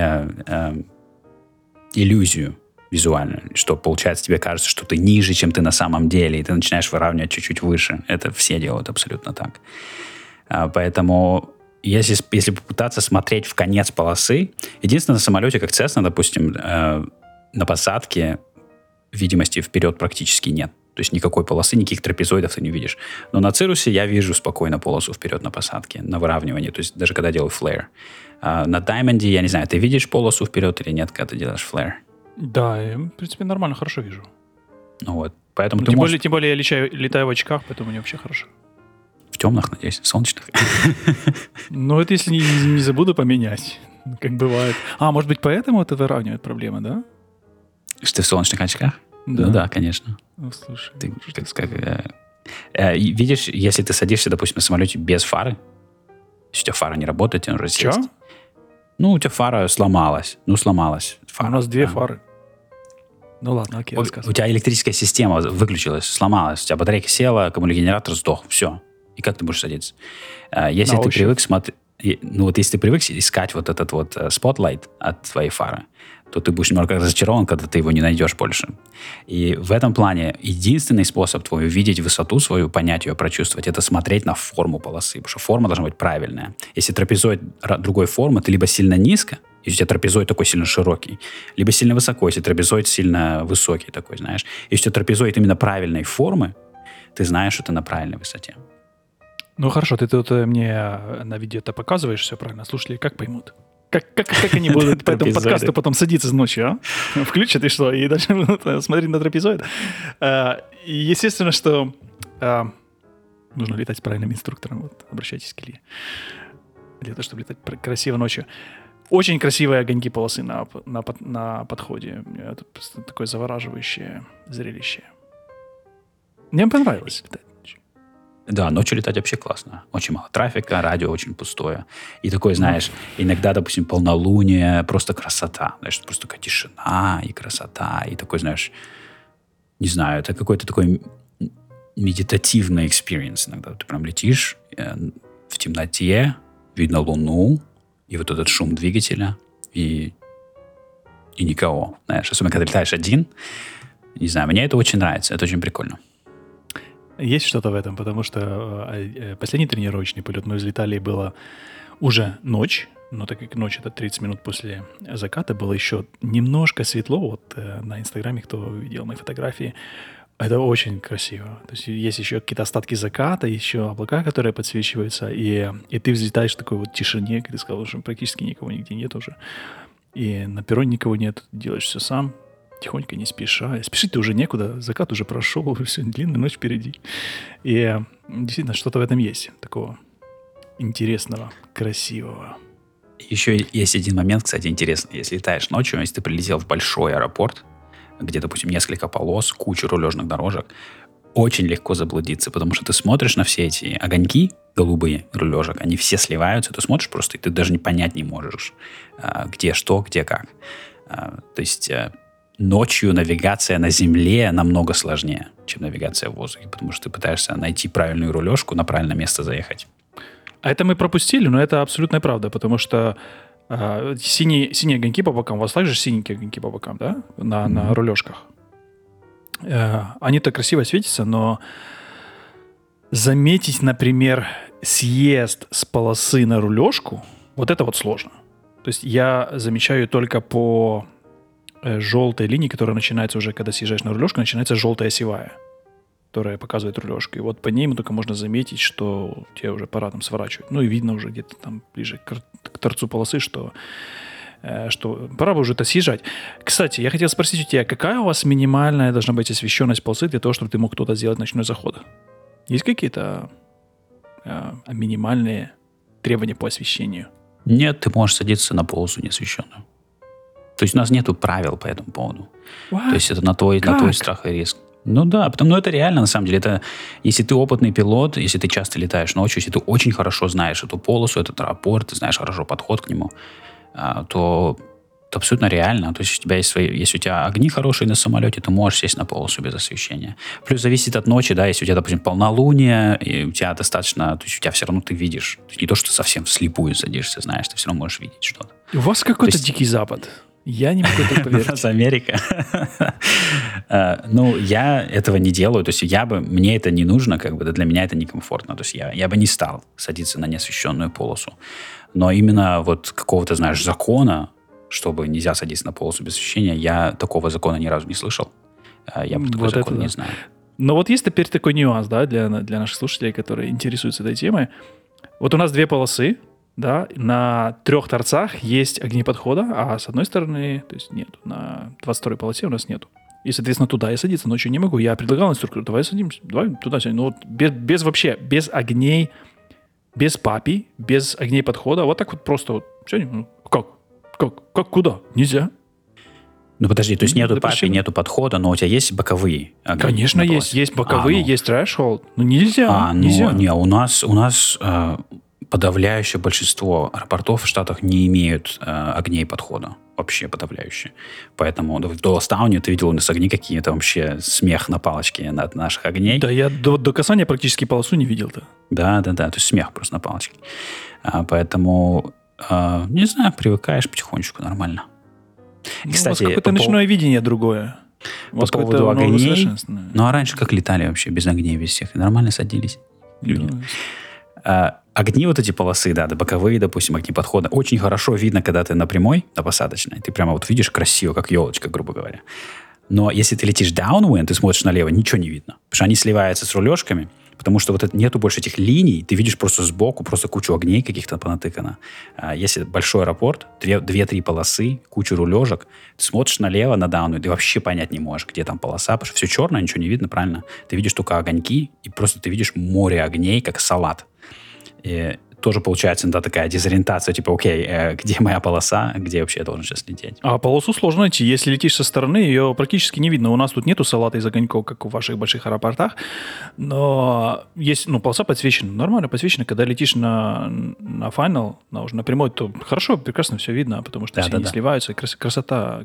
иллюзию визуальную, что, получается, тебе кажется, что ты ниже, чем ты на самом деле, и ты начинаешь выравнивать чуть-чуть выше. Это все делают абсолютно так. Поэтому, если попытаться смотреть в конец полосы, единственное, на самолете, как Cessna, допустим, на посадке видимости вперед практически нет. То есть никакой полосы, никаких трапезоидов ты не видишь. Но на Цирусе я вижу спокойно полосу вперед на посадке, на выравнивании, то есть даже когда делаю флэр. На Даймонде, я не знаю, ты видишь полосу вперед или нет, когда ты делаешь флэр? Да, я, в принципе, нормально, хорошо вижу. Ну вот, поэтому тем более я летаю в очках, поэтому мне вообще хорошо. В темных, надеюсь, в солнечных? Ну, это если не забуду поменять, как бывает. Может быть, поэтому это выравнивает проблемы, да? Что ты в солнечных очках? Да. Ну да, конечно. Ну, слушай. Ты видишь, если ты садишься, допустим, на самолете без фары, если у тебя фара не работает, тебе нужно сесть. Чё? Ну, у тебя фара сломалась. Фара, у нас две фары. Ну ладно, окей, рассказывай. У тебя электрическая система выключилась, сломалась, у тебя батарейка села, аккумулятор сдох, все. И как ты будешь садиться? Если ты привык смотреть... Ну вот если ты привык искать вот этот вот spotlight от твоей фары, то ты будешь немного разочарован, когда ты его не найдешь больше. И в этом плане единственный способ твой увидеть высоту свою, понять ее, прочувствовать, это смотреть на форму полосы, потому что форма должна быть правильная. Если трапезоид другой формы, ты либо сильно низко, если у тебя трапезоид такой сильно широкий, либо сильно высоко, если трапезоид сильно высокий такой, знаешь. Если у тебя трапезоид именно правильной формы, ты знаешь, что ты на правильной высоте. Ну хорошо, ты тут мне на видео это показываешь, все правильно. Слушатели как поймут? Как они будут по этому подкасту потом садиться ночью, а? Включат и что? И дальше будут смотреть на трапезоид. И естественно, что нужно летать с правильным инструктором. Вот, обращайтесь к Илье. Для того, чтобы летать красиво ночью. Очень красивые огоньки полосы на подходе. Это просто такое завораживающее зрелище. Мне понравилось летать. Да, ночью летать вообще классно. Очень мало трафика, радио очень пустое. И такой, знаешь, иногда, допустим, полнолуние, просто красота. Знаешь, просто такая тишина и красота. И такой, знаешь, не знаю, это какой-то такой медитативный экспириенс иногда. Ты прям летишь в темноте, видно луну, и вот этот шум двигателя, и никого. Знаешь, особенно, когда летаешь один. Не знаю, мне это очень нравится, это очень прикольно. Есть что-то в этом, потому что последний тренировочный полет мы взлетали, было уже ночь, но так как ночь это 30 минут после заката, было еще немножко светло. Вот на Инстаграме, кто видел мои фотографии, это очень красиво. То есть есть еще какие-то остатки заката, еще облака, которые подсвечиваются, и ты взлетаешь в такой вот тишине, как ты сказал, что практически никого нигде нет уже. И на перроне никого нет, делаешь все сам, тихонько, не спеша. Спешить-то уже некуда, закат уже прошел, все, длинная ночь впереди. И действительно, что-то в этом есть, такого интересного, красивого. Еще есть один момент, кстати, интересный. Если летаешь ночью, если ты прилетел в большой аэропорт, где, допустим, несколько полос, куча рулежных дорожек, очень легко заблудиться, потому что ты смотришь на все эти огоньки голубые рулежек, они все сливаются, ты смотришь просто, и ты даже не понять не можешь, где что, где как. То есть ночью навигация на земле намного сложнее, чем навигация в воздухе, потому что ты пытаешься найти правильную рулежку, на правильное место заехать. А это мы пропустили, но это абсолютная правда, потому что синие огоньки по бокам, у вас также синенькие огоньки по бокам, да, на рулежках. Они-то красиво светятся, но заметить, например, съезд с полосы на рулежку, вот это вот сложно. То есть я замечаю только по желтой линии, которая начинается уже, когда съезжаешь на рулежку, начинается желтая осевая, которая показывает рулежку. И вот по ней только можно заметить, что тебе уже пора там сворачивать. Ну и видно уже где-то там ближе к торцу полосы, что пора бы уже-то съезжать. Кстати, я хотел спросить у тебя, какая у вас минимальная должна быть освещенность полосы для того, чтобы ты мог кто-то сделать ночной заход? Есть какие-то минимальные требования по освещению? Нет, ты можешь садиться на полосу неосвещенную. То есть у нас нету правил по этому поводу. What? То есть это на твой страх и риск. Ну да, это реально, на самом деле. Это, если ты опытный пилот, если ты часто летаешь ночью, если ты очень хорошо знаешь эту полосу, этот аэропорт, ты знаешь хорошо подход к нему, то это абсолютно реально. То есть у тебя есть если у тебя огни хорошие на самолете, ты можешь сесть на полосу без освещения. Плюс зависит от ночи, да, если у тебя, допустим, полнолуние, и у тебя достаточно, то есть у тебя все равно ты видишь. То есть не то, что ты совсем вслепую садишься, знаешь, ты все равно можешь видеть что-то. У вас какой-то дикий запад. Я не могу это поверить. У нас Америка. Ну, я этого не делаю. То есть мне это не нужно, для меня это некомфортно. То есть я бы не стал садиться на неосвещенную полосу. Но именно вот какого-то, знаешь, закона, чтобы нельзя садиться на полосу без освещения, я такого закона ни разу не слышал. Я такой вот закон не знаю. Но вот есть теперь такой нюанс, да, для наших слушателей, которые интересуются этой темой. Вот у нас 2 полосы, да, на 3 торцах есть огни подхода, а с одной стороны, то есть нет, на 22-й полосе у нас нету. И, соответственно, туда я садиться ночью не могу. Я предлагал инструктору, давай садимся, давай туда сядем. Ну вот без огней, без папи, без огней подхода, вот так вот просто вот сядем. Как, куда? Нельзя. Ну подожди, то есть нету папи, нету подхода, но у тебя есть боковые огни? Конечно, есть боковые, есть threshold. Ну нельзя, нельзя. Не, у нас подавляющее большинство аэропортов в Штатах не имеют огней подхода. Вообще подавляющее. Поэтому в Долластауне ты видел у нас огни какие-то, вообще смех на палочке от наших огней. Да, я до касания практически полосу не видел-то. Да, то есть смех просто на палочке. Поэтому, не знаю, привыкаешь потихонечку, нормально. Кстати, у вас какое-то ночное видение другое. По поводу огней. Ну, а раньше как летали вообще, без огней, без всех? Нормально садились люди. Огни вот эти полосы, да, боковые, допустим, огни подхода, очень хорошо видно, когда ты на прямой, на посадочной. Ты прямо вот видишь красиво, как елочка, грубо говоря. Но если ты летишь downwind, ты смотришь налево, ничего не видно. Потому что они сливаются с рулежками, потому что вот нету больше этих линий, ты видишь просто сбоку, просто кучу огней каких-то понатыкано. Если большой аэропорт, 2-3 полосы, кучу рулежек, ты смотришь налево, на downwind, ты вообще понять не можешь, где там полоса, потому что все черное, ничего не видно, правильно? Ты видишь только огоньки, и просто ты видишь море огней, как салат. И тоже получается иногда такая дезориентация, типа, окей, где моя полоса, где вообще я должен сейчас лететь? А полосу сложно найти. Если летишь со стороны, ее практически не видно. У нас тут нету салата из огоньков, как в ваших больших аэропортах, но есть, полоса подсвечена, нормально подсвечена. Когда летишь на final, уже на прямой, то хорошо, прекрасно все видно, потому что все не сливаются, красота.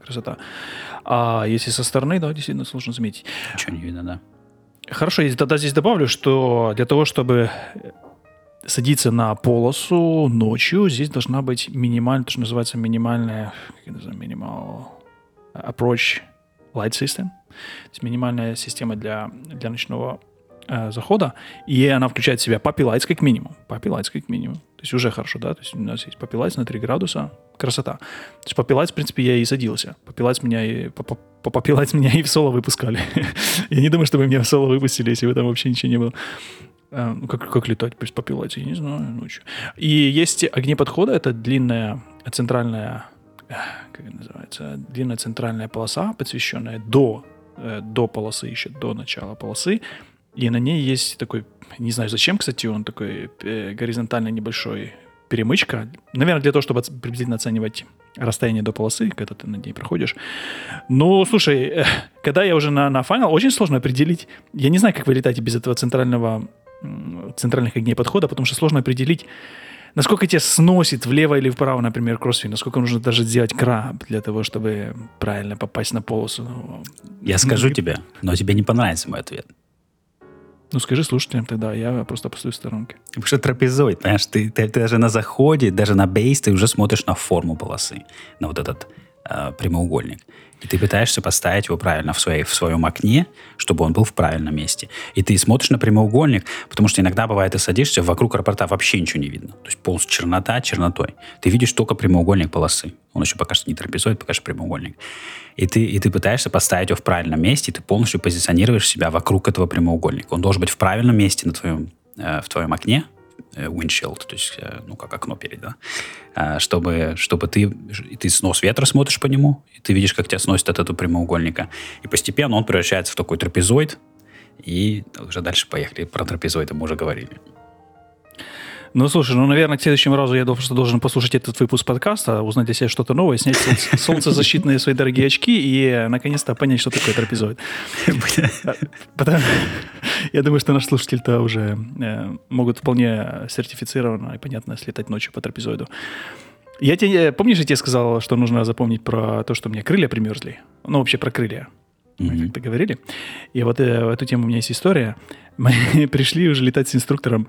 А если со стороны, да, действительно сложно заметить. Ничего не видно, да. Хорошо, я тогда здесь добавлю, что для того, чтобы садиться на полосу ночью, здесь должна быть минимальная, то, что называется минимальная, minimal approach light system, то есть минимальная система для ночного захода, и она включает в себя puppy lights как минимум. То есть уже хорошо, да, то есть у нас есть попилайц на 3 градуса, красота. То есть попилайц, в принципе, я и садился. Попилайц меня и в соло выпускали. Я не думаю, чтобы меня в соло выпустили, если бы там вообще ничего не было. Как летать без попилайца, я не знаю. Ночью. И есть огни подхода, это длинная центральная, как это называется, длинная центральная полоса, подсвещенная до полосы, еще до начала полосы. И на ней есть такой, не знаю зачем, кстати, он такой горизонтальный небольшой перемычка. Наверное, для того, чтобы приблизительно оценивать расстояние до полосы, когда ты над ней проходишь. Ну, слушай, когда я уже на Final, очень сложно определить. Я не знаю, как вы летаете без этого центральных огней подхода, потому что сложно определить, насколько тебя сносит влево или вправо, например, кроссфит, насколько нужно даже сделать краб для того, чтобы правильно попасть на полосу. Я скажу тебе, но тебе не понравится мой ответ. Ну, скажи слушателям тогда, я просто постою в сторонке. Потому что трапезоид, понимаешь, ты даже на заходе, даже на бейс, ты уже смотришь на форму полосы, на вот этот прямоугольник. И ты пытаешься поставить его правильно в своем окне, чтобы он был в правильном месте. И ты смотришь на прямоугольник, потому что иногда бывает, ты садишься, вокруг аэропорта вообще ничего не видно. То есть полностью чернота чернотой. Ты видишь только прямоугольник полосы. Он еще пока что не трапезоид, пока что прямоугольник. И ты пытаешься поставить его в правильном месте, и ты полностью позиционируешь себя вокруг этого прямоугольника. Он должен быть в правильном месте в твоем окне, windshield, то есть, ну, как окно перед, да, чтобы ты снос ветра смотришь по нему, и ты видишь, как тебя сносит от этого прямоугольника, и постепенно он превращается в такой трапезоид, и уже дальше поехали. Про трапезоиды мы уже говорили. Ну, слушай, наверное, к следующему разу я должен послушать этот выпуск подкаста, узнать для себя что-то новое, снять солнцезащитные свои дорогие очки и, наконец-то, понять, что такое трапезоид. Я думаю, что наши слушатели-то уже могут вполне сертифицированно и понятно слетать ночью по трапезоиду. Помнишь, я тебе сказал, что нужно запомнить про то, что у меня крылья примерзли? Ну, вообще про крылья. Мы как-то говорили. И вот в эту тему у меня есть история. Мы пришли уже летать с инструктором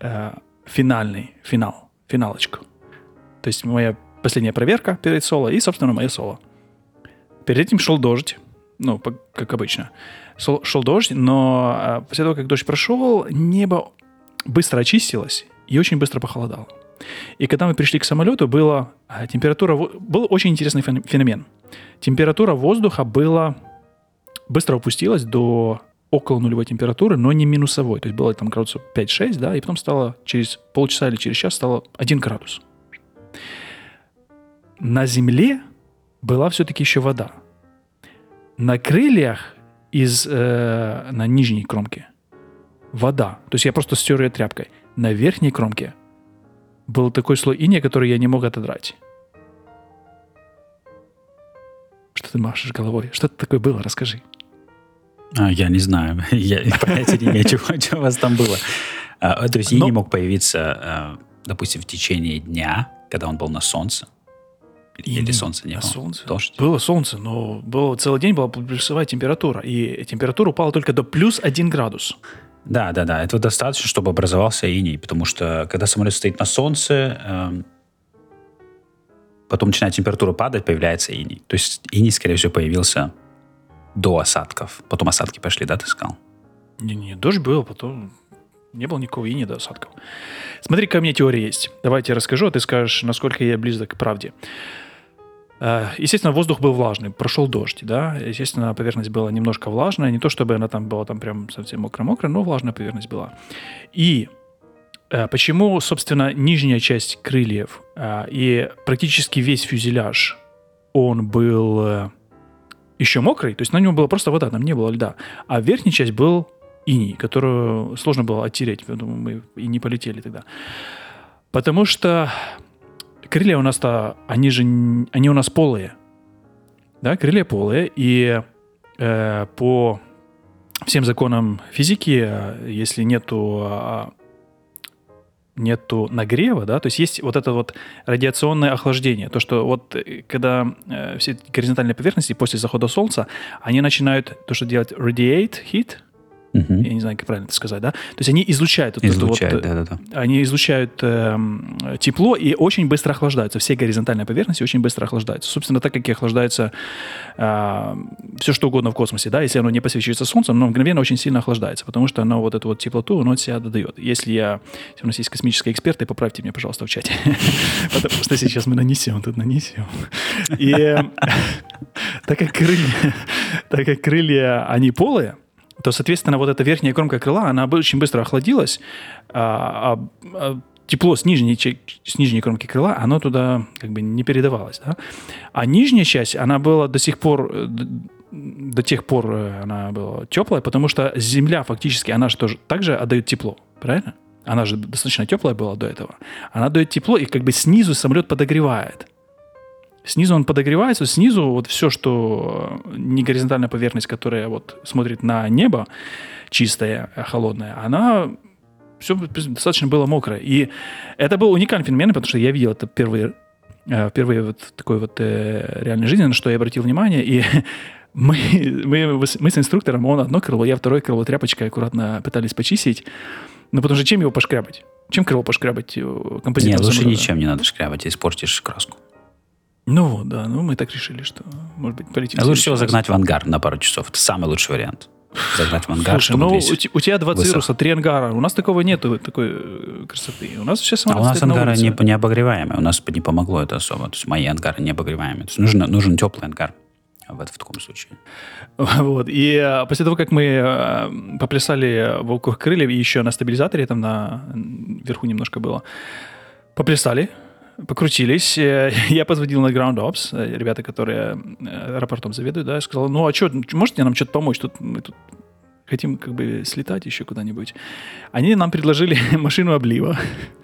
финалочку. То есть моя последняя проверка перед соло и, собственно, мое соло. Перед этим шел дождь, ну, как обычно. Шел дождь, но после того, как дождь прошел, небо быстро очистилось и очень быстро похолодало. И когда мы пришли к самолету, был очень интересный феномен. Температура воздуха быстро опустилась до около нулевой температуры, но не минусовой. То есть было там градусов 5-6, да, и потом стало через полчаса или через час стало 1 градус. На земле была все-таки еще вода. На крыльях на нижней кромке вода. То есть я просто стер ее тряпкой. На верхней кромке был такой слой инея, который я не мог отодрать. Что ты машешь головой? Что это такое было? Расскажи. Я не знаю. Я понятия не имею, чего у вас там было. То есть иней мог появиться, допустим, в течение дня, когда он был на солнце. Или солнца не было? Солнце. Дождь. Было солнце, но целый день была плюсовая температура. И температура упала только до плюс 1 градус. Да. Этого достаточно, чтобы образовался иней. Потому что, когда самолет стоит на солнце, потом начинает температура падать, появляется иней. То есть иней, скорее всего, появился до осадков. Потом осадки пошли, да, ты сказал? Не, дождь был, потом не было никакого инея до осадков. Смотри, какая у меня теория есть. Давай я тебе расскажу, а ты скажешь, насколько я близок к правде. Естественно, воздух был влажный, прошел дождь, да. Естественно, поверхность была немножко влажная. Не то, чтобы она там была прям совсем мокрая-мокрая, но влажная поверхность была. И почему, собственно, нижняя часть крыльев и практически весь фюзеляж, он был еще мокрый, то есть на нем была просто вода, там не было льда. А верхняя часть был иней, которую сложно было оттереть, поэтому мы и не полетели тогда. Потому что крылья у нас-то, они у нас полые. Да, крылья полые, и по всем законам физики, если нету нагрева, да, то есть вот это вот радиационное охлаждение, то, что вот когда все эти горизонтальные поверхности после захода солнца, они начинают то, что делать radiate heat, Я не знаю, как правильно это сказать, да? То есть они излучают они излучают тепло и очень быстро охлаждаются. Все горизонтальные поверхности очень быстро охлаждаются. Собственно, так как и охлаждается все, что угодно в космосе, да, если оно не посвечивается солнцем, оно мгновенно очень сильно охлаждается, потому что оно вот эту вот теплоту, оно от себя додает. Если у нас есть космические эксперты, поправьте меня, пожалуйста, в чате. Потому что сейчас мы нанесем. И так как крылья, они полые, то, соответственно, вот эта верхняя кромка крыла, она очень быстро охладилась, а тепло с нижней кромки крыла, оно туда как бы не передавалось. Да? А нижняя часть, она была до тех пор она была теплая, потому что Земля фактически, она же тоже также отдает тепло, правильно? Она же достаточно теплая была до этого. Она дает тепло, и как бы снизу самолет подогревает. Снизу он подогревается, снизу вот все, что не горизонтальная поверхность, которая вот смотрит на небо, чистая, холодная, она все достаточно было мокрое. И это был уникальный феномен, потому что я видел это впервые вот такой вот реальной жизни, на что я обратил внимание, и мы с инструктором, он одно крыло, я второе крыло тряпочкой аккуратно пытались почистить, но потому что чем его пошкрябать? Чем крыло пошкрябать композитором? Нет, лучше ничем не надо шкрябать, испортишь краску. Ну вот, да, мы так решили, что, может быть, полетим. Лучше всего загнать в ангар на пару часов. Это самый лучший вариант. Загнать в ангар, чтобы у тебя 2 цируса, 3 ангара. У нас такого нету, такой красоты. У нас все самолеты. А у нас ангары не обогреваемые. У нас не помогло это особо. То есть мои ангары не обогреваемые. То есть нужен теплый ангар в таком случае. Вот. И после того, как мы поплясали вокруг крыльев, и еще на стабилизаторе, там наверху немножко было, поплясали, покрутились. Я позвонил на Ground Ops, ребята, которые аэропортом заведуют, да, я сказал, ну, а что, можете нам что-то помочь? Мы тут хотим как бы слетать еще куда-нибудь. Они нам предложили машину облива.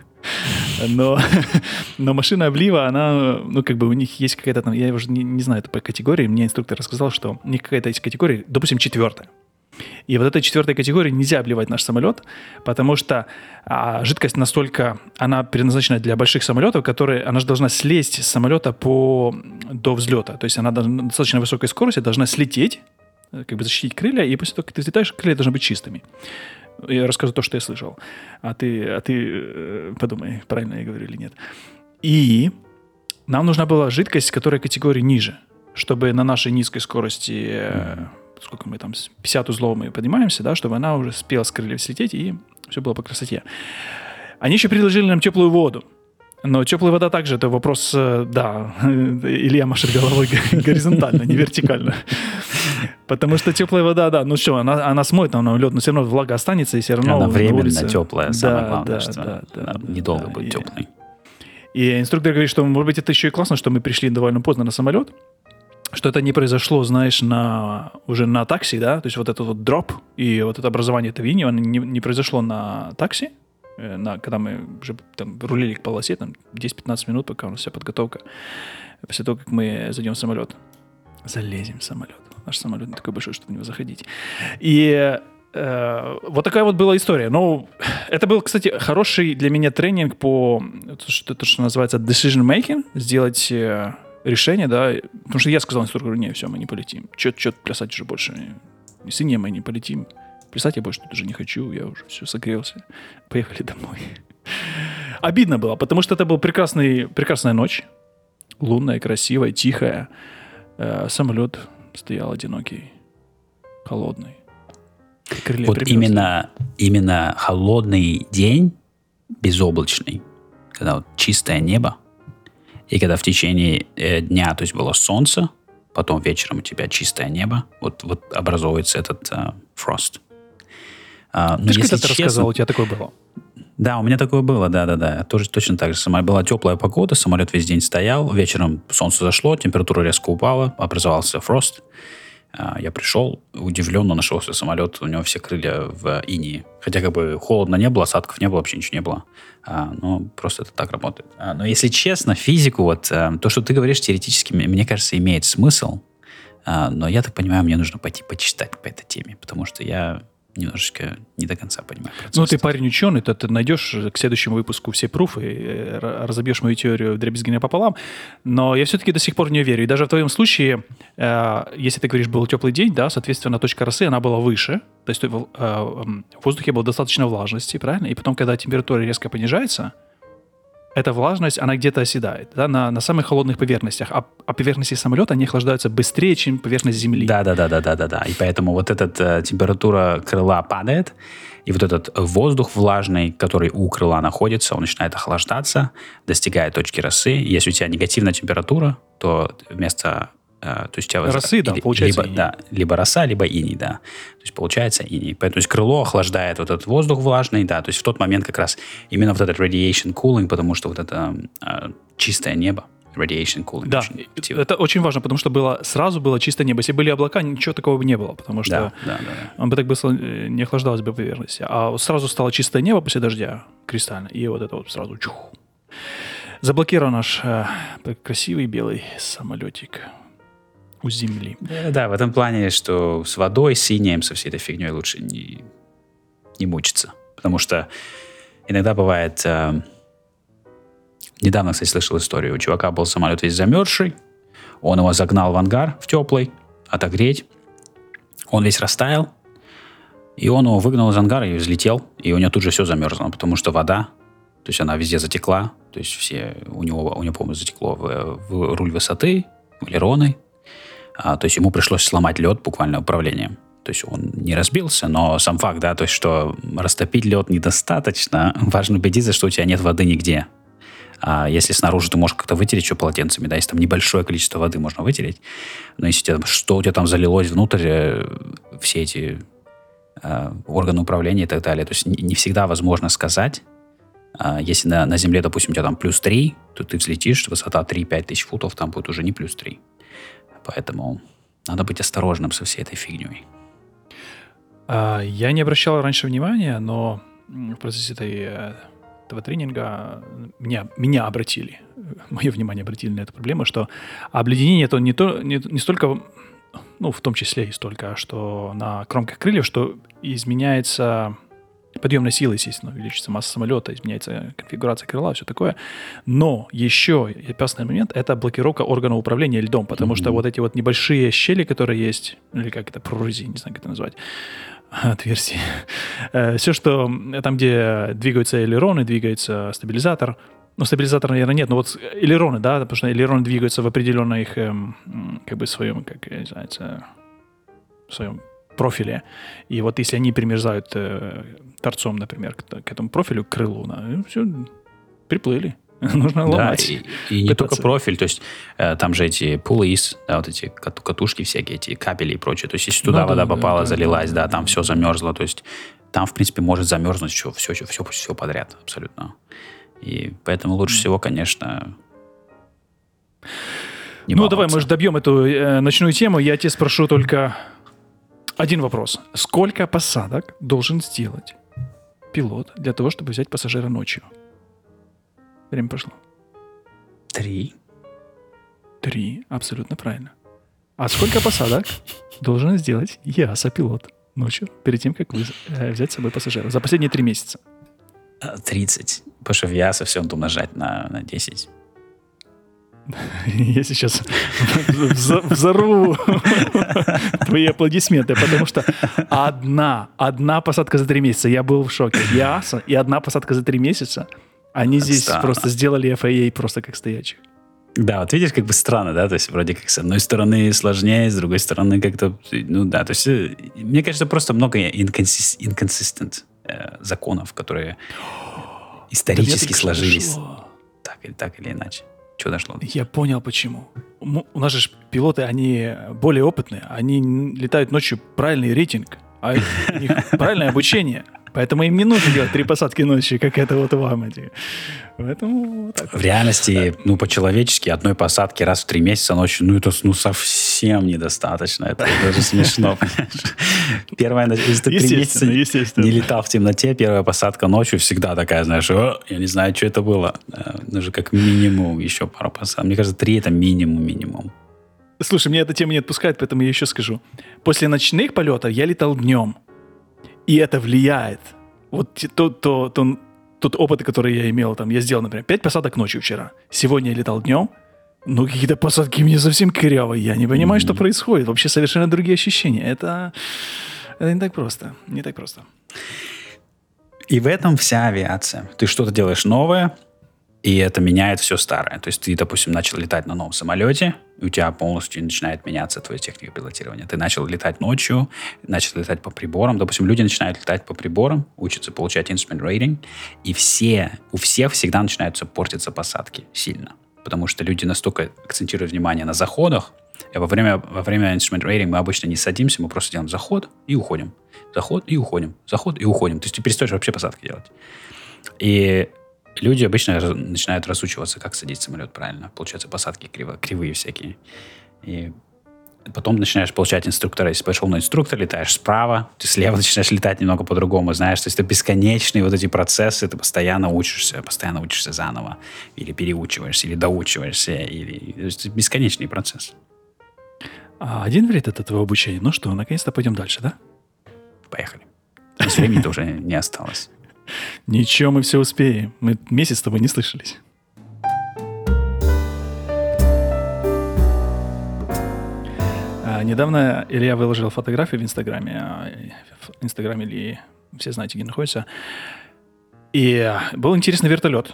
Но машина облива, она, ну, как бы у них есть какая-то там, я уже не знаю это по категории, мне инструктор рассказал, что у них какая-то есть категория, допустим, 4. И вот этой 4 категории нельзя обливать наш самолет, потому что жидкость настолько, она предназначена для больших самолетов, она же должна слезть с самолета до взлета. То есть она на достаточно высокой скорости должна слететь, как бы защитить крылья, и после того, как ты взлетаешь, крылья должны быть чистыми. Я расскажу то, что я слышал. А ты подумай, правильно я говорю или нет. И нам нужна была жидкость, которая категории ниже, чтобы на нашей низкой скорости... сколько мы там, 50 узлов мы поднимаемся, да, чтобы она уже успела с крыльев слететь, и все было по красоте. Они еще предложили нам теплую воду. Но теплая вода также, это вопрос, да, Илья машет головой горизонтально, не вертикально. Потому что теплая вода, да, ну что, она смоет нам лед, но все равно влага останется, и все равно... Она временно теплая, самое главное, что она недолго будет теплой. И инструктор говорит, что, может быть, это еще и классно, что мы пришли довольно поздно на самолет, что это не произошло, знаешь, уже на такси, да, то есть вот этот вот дроп и вот это образование этой линии, оно не произошло на такси, когда мы уже там рулили к полосе, там 10-15 минут, пока у нас вся подготовка, после того, как мы зайдем в самолет, залезем в самолет. Наш самолет не такой большой, чтобы в него заходить. И вот такая вот была история. Но это был, кстати, хороший для меня тренинг по то, что называется decision making, сделать... решение, да, потому что я сказал инструктору, не, все, мы не полетим. Чё плясать уже больше? И с Иньей мы не полетим. Плясать я больше тут уже не хочу, я уже все согрелся. Поехали домой. Обидно было, потому что это была прекрасная ночь. Лунная, красивая, тихая. Самолет стоял одинокий, холодный. Вот именно холодный день, безоблачный, когда вот чистое небо, и когда в течение дня, то есть было солнце, потом вечером у тебя чистое небо, вот образовывается этот фрост. Ты же когда-то рассказал, у тебя такое было? Да, у меня такое было, да. Тоже точно так же. Была теплая погода, самолет весь день стоял, вечером солнце зашло, температура резко упала, образовался фрост. Я пришел, удивленно нашелся самолет, у него все крылья в инии. Хотя как бы холодно не было, осадков не было, вообще ничего не было. Но просто это так работает. Но если честно, физику, вот то, что ты говоришь теоретически, мне кажется, имеет смысл. Но я так понимаю, мне нужно пойти почитать по этой теме, потому что я немножечко не до конца понимаю процесс. Ну, ты парень ученый, то ты найдешь к следующему выпуску все пруфы, разобьешь мою теорию вдребезги напополам, но я все-таки до сих пор не верю. И даже в твоем случае, если ты говоришь, был теплый день, да, соответственно, точка росы, она была выше, то есть в воздухе было достаточно влажности, правильно? И потом, когда температура резко понижается, эта влажность, она где-то оседает, да, на самых холодных поверхностях, а поверхности самолета, они охлаждаются быстрее, чем поверхность Земли. Да. И поэтому вот эта температура крыла падает, и вот этот воздух влажный, который у крыла находится, он начинает охлаждаться, достигает точки росы. Если у тебя негативная температура, то вместо... То есть у тебя росы, да, получается либо, да, либо роса, либо иней, да. То есть получается иней. То есть крыло охлаждает вот этот воздух влажный, да. То есть в тот момент как раз именно вот этот radiation cooling, потому что вот это чистое небо, radiation cooling. Да, это очень важно, потому что сразу было чистое небо. Если были облака, ничего такого бы не было, потому что он бы так быстро не охлаждалась бы поверхность. А сразу стало чистое небо после дождя, кристально, и вот это вот сразу чух. Заблокирован наш красивый белый самолетик у Земли. Да, в этом плане, что с водой, с инеем, со всей этой фигней лучше не мучиться. Потому что иногда бывает... Недавно, кстати, слышал историю. У чувака был самолет весь замерзший. Он его загнал в ангар, в теплый, отогреть. Он весь растаял. И он его выгнал из ангара и взлетел. И у него тут же все замерзло, потому что вода, то есть она везде затекла. То есть у него, по-моему, затекло в руль высоты, в элероны. То есть ему пришлось сломать лед буквально управлением. То есть он не разбился, но сам факт, да, то есть что растопить лед недостаточно. Важно убедиться, что у тебя нет воды нигде. А если снаружи ты можешь как-то вытереть еще полотенцами, да, если там небольшое количество воды можно вытереть, но если что у тебя там залилось внутрь, все эти органы управления и так далее, то есть не всегда возможно сказать. Если на Земле, допустим, у тебя там +3, то ты взлетишь, высота 3-5 тысяч футов, там будет уже не +3. Поэтому надо быть осторожным со всей этой фигней. Я не обращал раньше внимания, но в процессе этого тренинга меня обратили, мое внимание обратили на эту проблему, что обледенение это не столько, ну, в том числе и столько, что на кромках крыльев, что изменяется подъемная сила, естественно, увеличится масса самолета, изменяется конфигурация крыла, все такое. Но еще опасный момент – это блокировка органов управления льдом, потому что вот эти вот небольшие щели, которые есть, или как это, прорези, не знаю, как это назвать, отверстия. Все, что там, где двигаются элероны, двигается стабилизатор. Ну, стабилизатора, наверное, нет, но вот элероны, да, потому что элероны двигаются в определенном их, как бы, своем, как называется, в своем профиле. И вот если они примерзают торцом, например, к этому профилю, к крылу, все, приплыли. Нужно ломать. Да, и не только профиль, то есть там же эти pulleys, да, вот эти катушки всякие, эти кабели и прочее. То есть если туда вода попала, залилась, да, там все замерзло. То есть там, в принципе, может замерзнуть все подряд абсолютно. И поэтому лучше всего, конечно, не баловаться. Давай, мы же добьем эту ночную тему. Я тебе спрошу только один вопрос. Сколько посадок должен сделать пилот для того, чтобы взять пассажира ночью? Время прошло. 3. 3, абсолютно правильно. А сколько посадок должен сделать ЕАСА-пилот ночью, перед тем, как взять с собой пассажира? За последние 3 месяца. 30. Потому что в ЕАСА все надо умножать на 10. Я сейчас взорву твои аплодисменты, потому что одна посадка за 3 месяца. Я был в шоке. ЕАСА и одна посадка за 3 месяца. Они здесь просто сделали FAA просто как стоячих. Да, вот видишь, как бы странно, да, то есть вроде как с одной стороны сложнее, с другой стороны как-то, ну да, то есть мне кажется, просто много inconsistent законов, которые исторически сложились так или иначе. Чего дошло? Я понял, почему. У нас же пилоты, они более опытные, они летают ночью правильный рейтинг, а у них правильное обучение. Поэтому им не нужно делать 3 посадки ночью, как это вот вам. Поэтому вот так. В реальности, по-человечески, одной посадки раз в 3 месяца ночью, это совсем недостаточно. Это даже смешно, понимаешь? Первая, если ты 3 месяца не летал в темноте, первая посадка ночью всегда такая, знаешь, я не знаю, что это было. Даже как минимум еще пару посадок. Мне кажется, 3 это минимум. Слушай, меня эта тема не отпускает, поэтому я еще скажу. После ночных полетов я летал днем. И это влияет. Вот тот опыт, который я имел, там, я сделал, например, 5 посадок ночью вчера. Сегодня я летал днем, но какие-то посадки мне совсем корявые. Я не понимаю, что происходит. Вообще совершенно другие ощущения. Это не так просто. Не так просто. И в этом вся авиация. Ты что-то делаешь новое, и это меняет все старое. То есть ты, допустим, начал летать на новом самолете, и у тебя полностью начинает меняться твоя техника пилотирования. Ты начал летать ночью, начал летать по приборам. Допустим, люди начинают летать по приборам, учатся получать instrument rating, и у всех всегда начинаются портиться посадки сильно. Потому что люди настолько акцентируют внимание на заходах, и во время instrument rating мы обычно не садимся, мы просто делаем заход и уходим. Заход и уходим. Заход и уходим. То есть ты перестаешь вообще посадки делать. И люди обычно начинают разучиваться, как садить самолет правильно. Получаются посадки кривые всякие. И потом начинаешь получать инструктора. Если пошел на инструктора, летаешь справа, ты слева начинаешь летать немного по-другому, знаешь. То есть это бесконечные вот эти процессы, ты постоянно учишься заново. Или переучиваешься, или доучиваешься. То есть это бесконечный процесс. А один вред от этого обучения. Ну что, наконец-то пойдем дальше, да? Поехали. То есть времени-то уже не осталось. Ничего, мы все успеем. Мы месяц с тобой не слышались. Недавно Илья выложил фотографию в Инстаграме. В Инстаграме Ильи все знаете, где находится. И был интересный вертолет.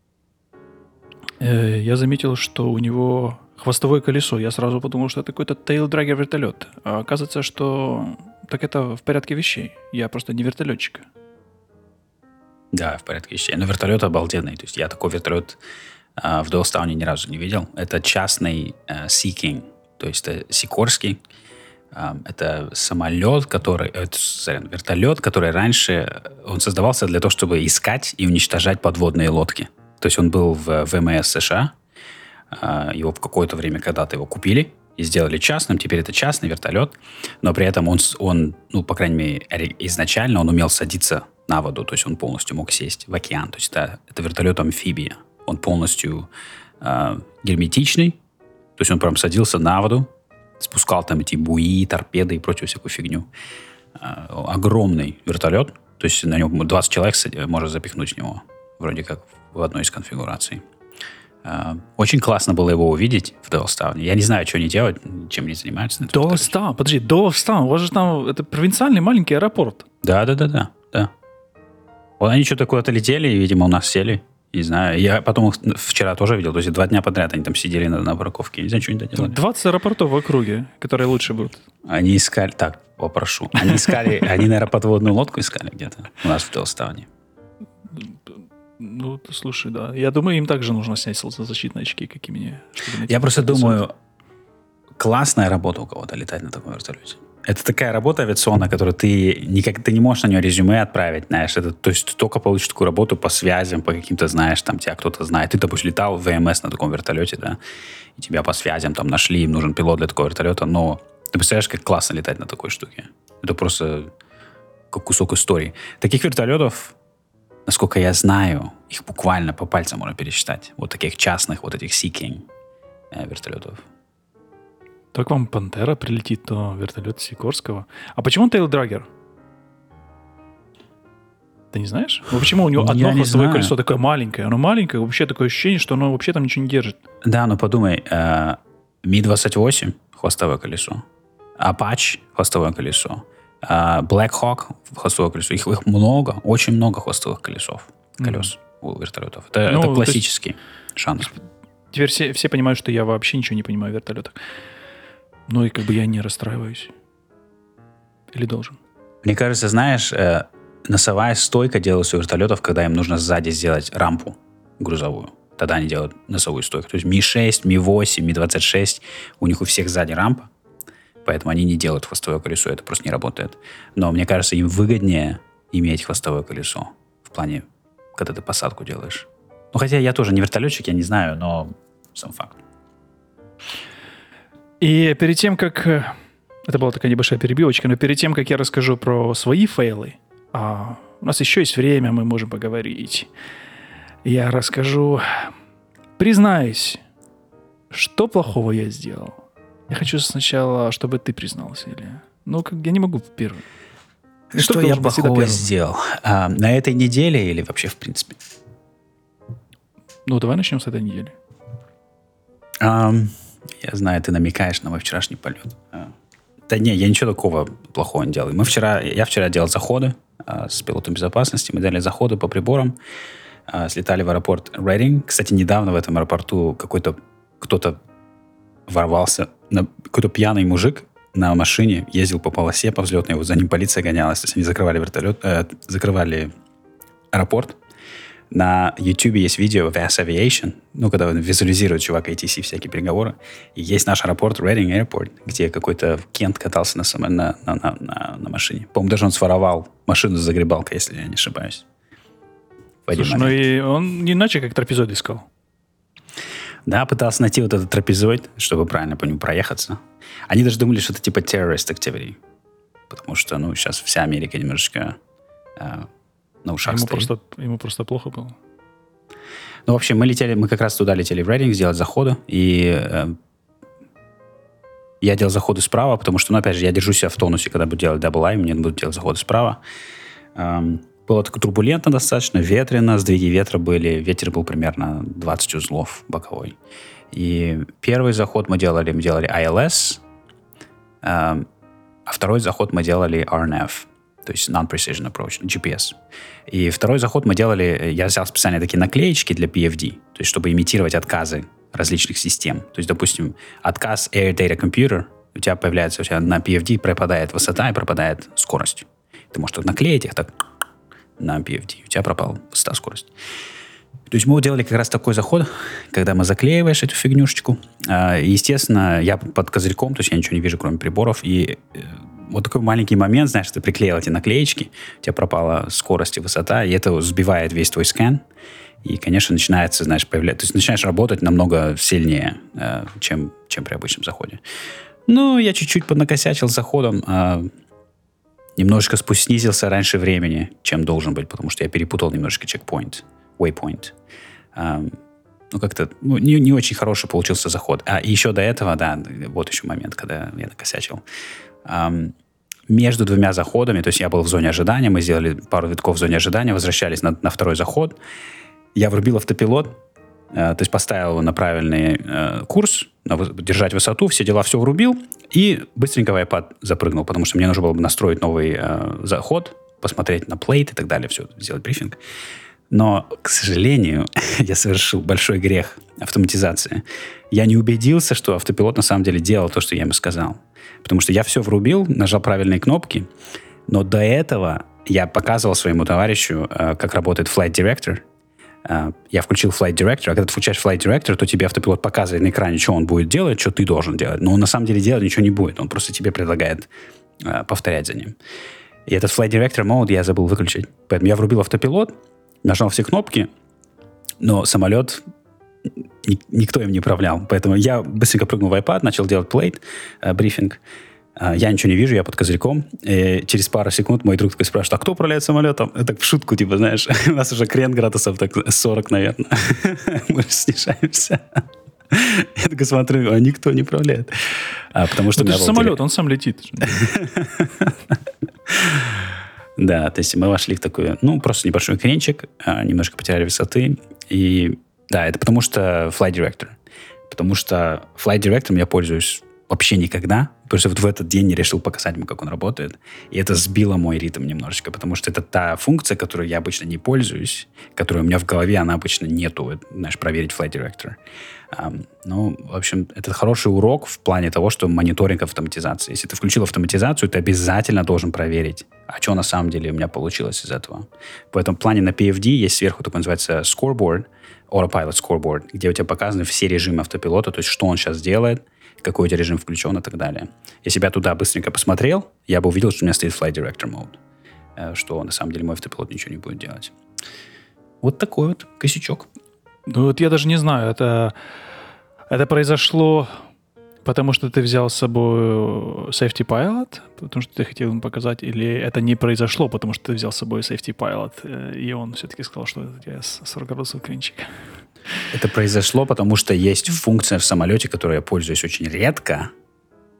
Я заметил, что у него хвостовое колесо. Я сразу подумал, что это какой-то тейл-драгер вертолет. А оказывается, что так это в порядке вещей. Я просто не вертолетчик. Да, в порядке вещей. Но вертолет обалденный. То есть я такой вертолет в Дойлстауне ни разу не видел. Это частный Sea King. То есть это Сикорский. Это самолет, вертолет, который раньше он создавался для того, чтобы искать и уничтожать подводные лодки. То есть он был в ВМС США. Его в какое-то время когда-то его купили и сделали частным. Теперь это частный вертолет. Но при этом он, по крайней мере, изначально он умел садиться на воду. То есть он полностью мог сесть в океан. То есть это вертолет-амфибия. Он полностью герметичный. То есть он прям садился на воду, спускал там эти буи, торпеды и прочую всякую фигню. Огромный вертолет. То есть на нем 20 человек может запихнуть в него. Вроде как в одной из конфигураций. Очень классно было его увидеть в Дойлстауне. Я не знаю, что они делают, чем они занимаются. Дойлстаун? Подожди, Дойлстаун? У вас же там это провинциальный маленький аэропорт. Да. Вот они что-то куда-то летели, и, видимо, у нас сели. Не знаю. Я потом их вчера тоже видел. То есть 2 дня подряд они там сидели на парковке. Не знаю, что они там делали. 20 аэропортов в округе, которые лучше будут. Они искали... Так, попрошу. Они, наверное, подводную лодку искали где-то у нас в Дойлстауне. Ну, слушай, да. Я думаю, им также нужно снять солнцезащитные очки, как и мне. Я просто думаю, классная работа у кого-то летать на таком вертолете. Это такая работа авиационная, которую ты не можешь на нее резюме отправить, знаешь. То есть ты только получишь такую работу по связям, по каким-то, знаешь, там тебя кто-то знает. Ты, допустим, летал в ВМС на таком вертолете, да, и тебя по связям там нашли, им нужен пилот для такого вертолета, но ты представляешь, как классно летать на такой штуке. Это просто как кусок истории. Таких вертолетов, насколько я знаю, их буквально по пальцам можно пересчитать. Вот таких частных, вот этих Sea King вертолетов. То к вам Пантера прилетит, то вертолет Сикорского. А почему он тейл-драгер? Ты не знаешь? Ну, почему у него одно хвостовое колесо такое маленькое? Оно маленькое, вообще такое ощущение, что оно вообще там ничего не держит. Да, но подумай, Ми-28 хвостовое колесо, Apache хвостовое колесо, Black Hawk хвостовое колесо. Их много, очень много хвостовых колес у вертолетов. Это классический шанс. Теперь все понимают, что я вообще ничего не понимаю в вертолетах. Ну и как бы я не расстраиваюсь. Или должен? Мне кажется, знаешь, носовая стойка делается у вертолетов, когда им нужно сзади сделать рампу грузовую. Тогда они делают носовую стойку. То есть Ми-6, Ми-8, Ми-26, у них у всех сзади рампа, поэтому они не делают хвостовое колесо, это просто не работает. Но мне кажется, им выгоднее иметь хвостовое колесо в плане, когда ты посадку делаешь. Ну, хотя я тоже не вертолетчик, я не знаю, но сам факт. И перед тем, как... Это была такая небольшая перебивочка, но перед тем, как я расскажу про свои фейлы, у нас еще есть время, мы можем поговорить. Я расскажу... Признаюсь, что плохого я сделал. Я хочу сначала, чтобы ты признался, Илья. Ну, как я не могу первым. Что я плохого сделал? На этой неделе или вообще в принципе? Ну, давай начнем с этой недели. Я знаю, ты намекаешь на мой вчерашний полет. Да не, я ничего такого плохого не делал. Я вчера делал заходы с пилотом безопасности. Мы делали заходы по приборам. Слетали в аэропорт Рейдинг. Кстати, недавно в этом аэропорту кто-то ворвался. Какой-то пьяный мужик на машине ездил по полосе, по взлетной. Вот за ним полиция гонялась. То есть они закрывали аэропорт. На YouTube есть видео Vast Aviation, когда он визуализирует чувак ATC, всякие переговоры. И есть наш аэропорт, Reading Airport, где какой-то Кент катался на машине. По-моему, даже он своровал машину с загребалкой, если я не ошибаюсь. Слушай, и он не иначе как трапезоид искал. Да, пытался найти вот этот трапезоид, чтобы правильно по нему проехаться. Они даже думали, что это типа terrorist activity. Потому что, сейчас вся Америка немножечко... на ушах стоит. Ему просто плохо было. В общем, мы как раз туда летели в Рейдинг сделать заходы, и я делал заходы справа, потому что, опять же, я держу себя в тонусе, когда буду делать double eye, мне будут делать заходы справа. Было так турбулентно достаточно, ветрено, сдвиги ветра были, ветер был примерно 20 узлов боковой. И первый заход мы делали ILS, а второй заход мы делали RNF. То есть Non-Precision Approach, GPS. И второй заход мы делали, я взял специально такие наклеечки для PFD, то есть чтобы имитировать отказы различных систем. То есть, допустим, отказ Air Data Computer, у тебя на PFD пропадает высота и пропадает скорость. Ты можешь тут наклеить их так на PFD, у тебя пропала высота, скорость. То есть мы делали как раз такой заход, когда мы заклеиваешь эту фигнюшечку. Естественно, я под козырьком, то есть я ничего не вижу, кроме приборов, и вот такой маленький момент, знаешь, ты приклеил эти наклеечки, у тебя пропала скорость и высота, и это сбивает весь твой скан. И, конечно, начинается, знаешь, появляться... То есть начинаешь работать намного сильнее, чем при обычном заходе. Я чуть-чуть поднакосячил с заходом, немножечко снизился раньше времени, чем должен быть, потому что я перепутал немножечко waypoint. Как-то не очень хороший получился заход. И еще до этого, да, вот еще момент, когда я накосячил. Между двумя заходами, то есть я был в зоне ожидания, мы сделали пару витков в зоне ожидания, возвращались на второй заход. Я врубил автопилот, то есть поставил его на правильный курс, держать высоту, все дела, все врубил, и быстренько в iPad запрыгнул, потому что мне нужно было бы настроить новый заход, посмотреть на плейт и так далее, все, сделать брифинг. Но, к сожалению, я совершил большой грех автоматизации. Я не убедился, что автопилот на самом деле делал то, что я ему сказал. Потому что я все врубил, нажал правильные кнопки, но до этого я показывал своему товарищу, как работает Flight Director. Я включил Flight Director, а когда ты включаешь Flight Director, то тебе автопилот показывает на экране, что он будет делать, что ты должен делать. Но он на самом деле делать ничего не будет. Он просто тебе предлагает повторять за ним. И этот Flight Director Mode я забыл выключить. Поэтому я врубил автопилот, нажал все кнопки, но самолет никто им не управлял. Поэтому я быстренько прыгнул в iPad, начал делать плейт, брифинг. Я ничего не вижу, я под козырьком. И через пару секунд мой друг такой спрашивает, а кто управляет самолетом? Это в шутку, типа, знаешь, у нас уже крен градусов так 40, наверное. Мы же снижаемся. Я такой смотрю, а никто не управляет. Потому что это же самолет, он сам летит. Да, то есть мы вошли в такой, просто небольшой кренчик, немножко потеряли высоты. И да, это потому что Flight Director. Потому что Flight Director я пользуюсь вообще никогда. Просто вот в этот день я решил показать ему, как он работает. И это сбило мой ритм немножечко, потому что это та функция, которой я обычно не пользуюсь, которая у меня в голове, она обычно нету, знаешь, проверить Flight Director. В общем, это хороший урок в плане того, что мониторинг автоматизации. Если ты включил автоматизацию, ты обязательно должен проверить, а что на самом деле у меня получилось из этого. Поэтому в плане на PFD есть сверху такой называется scoreboard, Autopilot Scoreboard, где у тебя показаны все режимы автопилота, то есть что он сейчас делает, какой у тебя режим включен и так далее. Если бы я туда быстренько посмотрел, я бы увидел, что у меня стоит Flight Director Mode, что на самом деле мой автопилот ничего не будет делать. Вот такой вот косячок. Я даже не знаю, это произошло, потому что ты взял с собой Safety Pilot, потому что ты хотел им показать, или это не произошло, потому что ты взял с собой Safety Pilot, и он все-таки сказал, что это у тебя 40 градусов кренчик. Это произошло, потому что есть функция в самолете, которой я пользуюсь очень редко,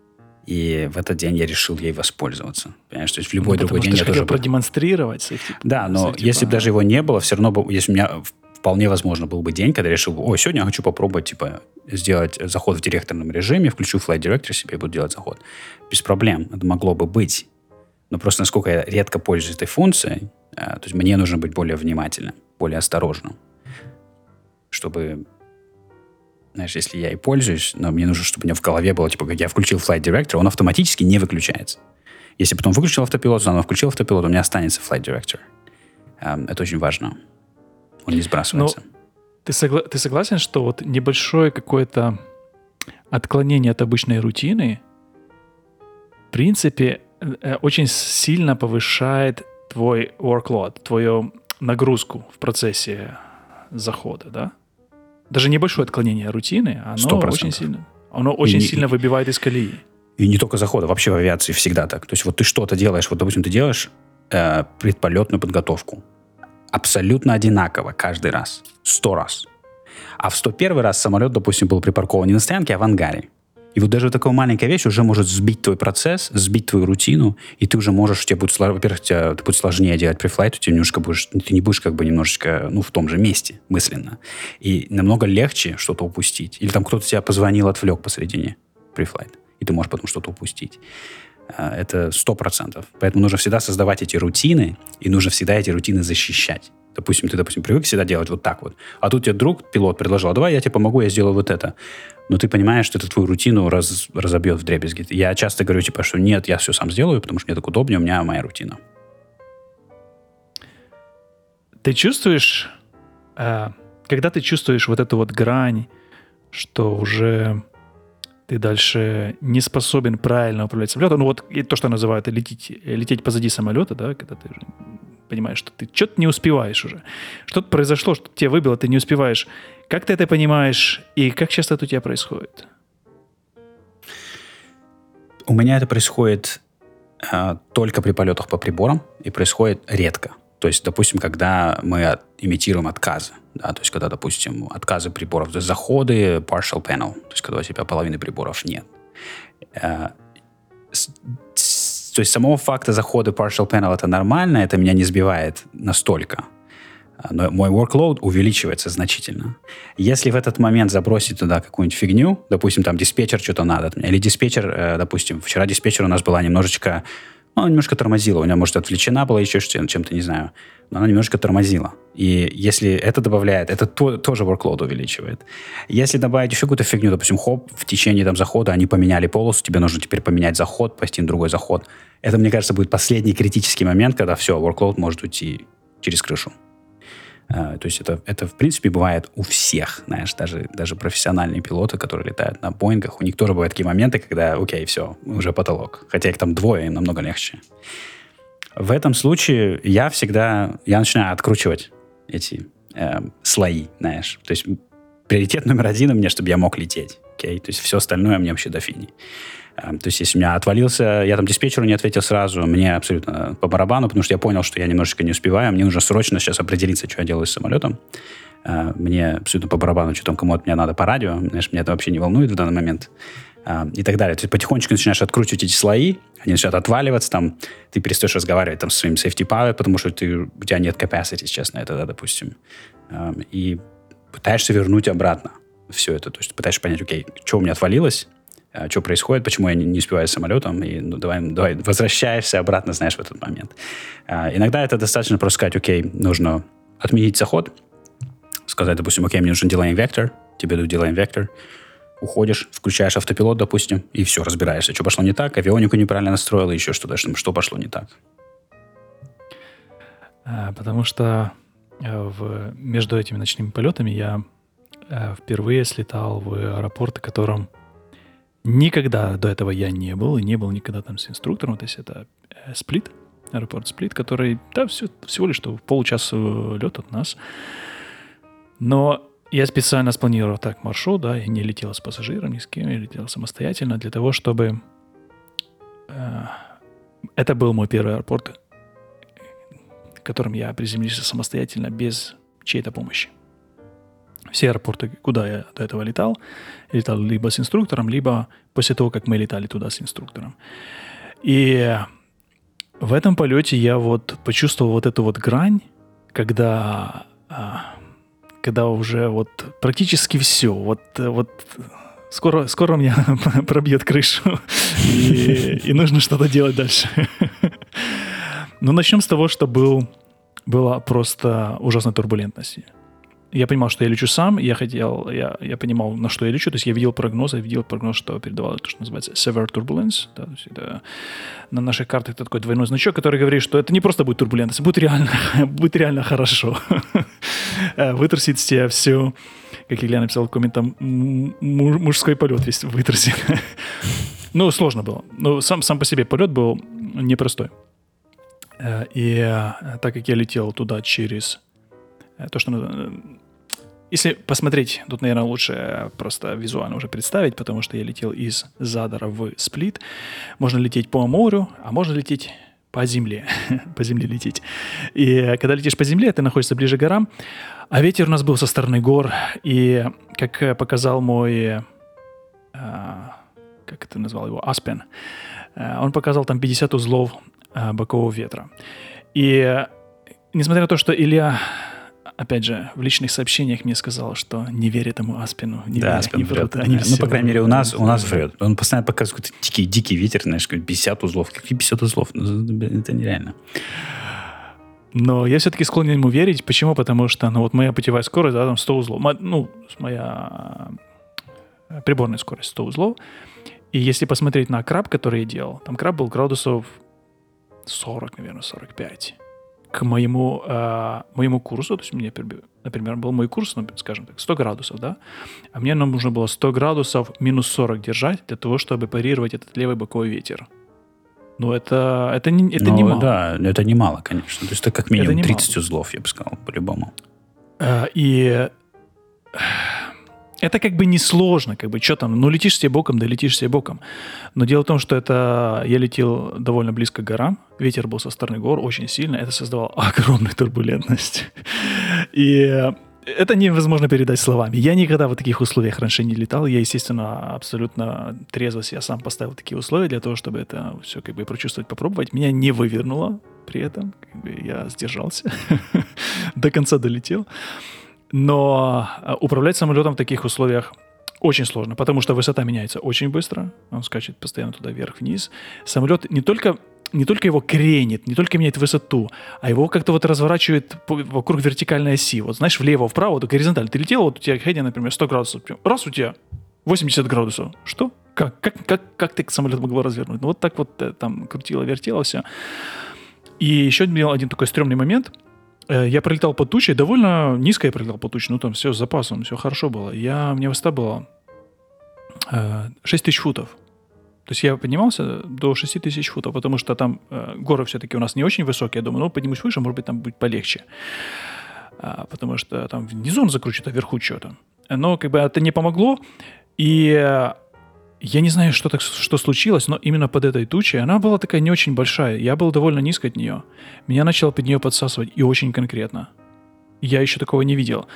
И в этот день я решил ей воспользоваться. Понимаешь, то есть в любой другой день я тоже хотел продемонстрировать safety. Да, но если бы даже его не было, все равно бы, если у меня вполне возможно был бы день, когда я решил, сегодня я хочу попробовать, сделать заход в директорном режиме, включу Flight Director себе и буду делать заход. Без проблем. Это могло бы быть. Но просто насколько я редко пользуюсь этой функцией, то есть мне нужно быть более внимательным, более осторожным, чтобы, знаешь, если я и пользуюсь, но мне нужно, чтобы у меня в голове было, как я включил Flight Director, он автоматически не выключается. Если потом выключил автопилот, заново включил автопилот, у меня останется Flight Director. Это очень важно. Он не сбрасывается. Но ты согласен, что вот небольшое какое-то отклонение от обычной рутины, в принципе, очень сильно повышает твой workload, твою нагрузку в процессе захода, да? Даже небольшое отклонение рутины, оно 100%. очень сильно выбивает из колеи. И не только захода, вообще в авиации всегда так. То есть вот ты что-то делаешь, вот, допустим, ты делаешь предполетную подготовку. Абсолютно одинаково каждый раз. 100 раз. А в 101 раз самолет, допустим, был припаркован не на стоянке, а в ангаре. И вот даже такая маленькая вещь уже может сбить твой процесс, сбить твою рутину, и ты уже можешь, во-первых, тебе будет сложнее делать префлайт, ты не будешь немножечко, в том же месте мысленно. И намного легче что-то упустить. Или там кто-то тебя позвонил, отвлек посредине префлайт, и ты можешь потом что-то упустить. Это 100%. Поэтому нужно всегда создавать эти рутины, и нужно всегда эти рутины защищать. Допустим, ты привык всегда делать вот так вот. А тут тебе друг, пилот, предложил, давай я тебе помогу, я сделаю вот это. Но ты понимаешь, что это твою рутину разобьет вдребезги. Я часто говорю, что нет, я все сам сделаю, потому что мне так удобнее, у меня моя рутина. Ты чувствуешь, когда ты чувствуешь вот эту вот грань, что уже ты дальше не способен правильно управлять самолетом, и то, что называют лететь позади самолета, да, когда ты уже понимаешь, что ты что-то не успеваешь уже. Что-то произошло, что тебя выбило, ты не успеваешь. Как ты это понимаешь и как часто это у тебя происходит? У меня это происходит только при полетах по приборам и происходит редко. То есть, допустим, когда мы имитируем отказы, да, то есть, когда, допустим, отказы приборов, то есть заходы partial panel, то есть, когда у тебя половины приборов нет. То есть, самого факта захода partial panel это нормально, это меня не сбивает настолько. Но мой workload увеличивается значительно. Если в этот момент забросить туда какую-нибудь фигню, допустим, там диспетчер что-то надо, или диспетчер, допустим, вчера диспетчер у нас была немножко тормозила, у нее, может, отвлечена была еще чем-то, не знаю, но она немножко тормозила. И если это добавляет, это тоже workload увеличивает. Если добавить еще какую-то фигню, допустим, в течение захода они поменяли полосу, тебе нужно теперь поменять заход, пойти на другой заход. Это, мне кажется, будет последний критический момент, когда все, workload может уйти через крышу. То есть это, в принципе, бывает у всех, знаешь, даже профессиональные пилоты, которые летают на Боингах, у них тоже бывают такие моменты, когда, окей, все, уже потолок. Хотя их там двое, им намного легче. В этом случае я начинаю откручивать эти слои, знаешь. То есть приоритет номер один у меня, чтобы я мог лететь. Okay? То есть все остальное мне вообще до фини. То есть если у меня отвалился, я там диспетчеру не ответил сразу, мне абсолютно по барабану, потому что я понял, что я немножечко не успеваю, мне нужно срочно сейчас определиться, что я делаю с самолетом. Мне абсолютно по барабану, что там кому от меня надо по радио, знаешь, меня это вообще не волнует в данный момент. И так далее. То есть потихонечку начинаешь откручивать эти слои, они начинают отваливаться, там, ты перестаешь разговаривать там, со своим safety power, потому что у тебя нет capacity сейчас на это, да, допустим. И пытаешься вернуть обратно все это. То есть пытаешься понять, окей, что у меня отвалилось, что происходит, почему я не успеваю с самолетом, и давай возвращаешься обратно, знаешь, в этот момент. Иногда это достаточно просто сказать, окей, нужно отменить заход, сказать, допустим, окей, мне нужен delaying vector, тебе дают delaying vector, уходишь, включаешь автопилот, допустим, и все, разбираешься, что пошло не так, авионику неправильно настроил, и еще что-то, что пошло не так. Потому что между этими ночными полетами я впервые слетал в аэропорт, в котором никогда до этого я не был, и не был никогда там с инструктором. То есть это Сплит, аэропорт Сплит, который, да, всего лишь что в получаса лет от нас. Но я специально спланировал так маршрут, да, я не летел с пассажиром, ни с кем, я летел самостоятельно для того, чтобы... Это был мой первый аэропорт, в котором я приземлился самостоятельно, без чьей-то помощи. все аэропорты, куда я до этого летал либо с инструктором, либо после того, как мы летали туда с инструктором. И в этом полете я вот почувствовал вот эту вот грань, когда уже вот практически все, вот скоро меня пробьет крышу, и нужно что-то делать дальше. Но начнем с того, что была просто ужасная турбулентность. Я понимал, что я лечу сам, я понимал, на что я лечу, то есть я видел прогноз, что передавал то, что называется severe turbulence, да, то есть это на наших картах это такой двойной значок, который говорит, что это не просто будет турбулентность, будет реально хорошо. Вытрусит из тебя все, как Илья написал в комментах, мужской полет весь вытрусит. Ну, сложно было. Но сам по себе полет был непростой. И так как я летел туда через то, что... Если посмотреть, тут, наверное, лучше просто визуально уже представить, потому что я летел из Задора в Сплит. Можно лететь по морю, а можно лететь по земле. По земле лететь. И когда летишь по земле, ты находишься ближе к горам, а ветер у нас был со стороны гор. И, как показал мой... как ты назвал его? Аспен. Он показал там 50 узлов бокового ветра. И несмотря на то, что Илья, опять же, в личных сообщениях мне сказал, что не верит этому Аспену. Да, Аспен врет. Ну, по крайней мере, у нас врет. Он постоянно показывает какой-то дикий ветер, знаешь, 50 узлов. Какие 50 узлов? Это нереально. Но я все-таки склонен ему верить. Почему? Потому что, вот моя путевая скорость, да, там 100 узлов. Моя приборная скорость 100 узлов. И если посмотреть на краб, который я делал, там краб был градусов 40, наверное, 45. К моему курсу, то есть мне, например, был мой курс, скажем так, 100 градусов, да, а мне нам нужно было 100 градусов минус 40 держать для того, чтобы парировать этот левый боковой ветер. Ну, это немало. Да, это немало, конечно. То есть это как минимум 30 узлов, я бы сказал, по-любому. И это как бы несложно, как бы, что там, летишь себе боком, да летишь себе боком. Но дело в том, что я летел довольно близко к горам, ветер был со стороны гор очень сильно, это создавало огромную турбулентность. И это невозможно передать словами. Я никогда в таких условиях раньше не летал, я, естественно, абсолютно трезво я сам поставил такие условия для того, чтобы это все как бы прочувствовать, попробовать. Меня не вывернуло при этом, как бы я сдержался, до конца долетел. Но управлять самолетом в таких условиях очень сложно, потому что высота меняется очень быстро, он скачет постоянно туда вверх-вниз. Самолет не только его кренит, не только меняет высоту, а его как-то вот разворачивает вокруг вертикальной оси. Вот знаешь, влево-вправо, вот горизонтально. Ты летел, вот у тебя хединг, например, 100 градусов. Раз у тебя 80 градусов. Что? Как ты самолет могло развернуть? Ну вот так вот там крутило-вертело все. И еще был один такой стрёмный момент. Я пролетал под тучей, довольно низко я пролетал под тучей, там все с запасом, все хорошо было. У меня высота была 6000 футов. То есть я поднимался до 6000 футов, потому что там горы все-таки у нас не очень высокие. Я думаю, поднимусь выше, может быть, там будет полегче. Потому что там внизу он закручивает, а вверху что-то. Но как бы это не помогло. И я не знаю, что случилось, но именно под этой тучей, она была такая не очень большая. Я был довольно низко от нее. Меня начало под нее подсасывать, и очень конкретно. Я еще такого не видел.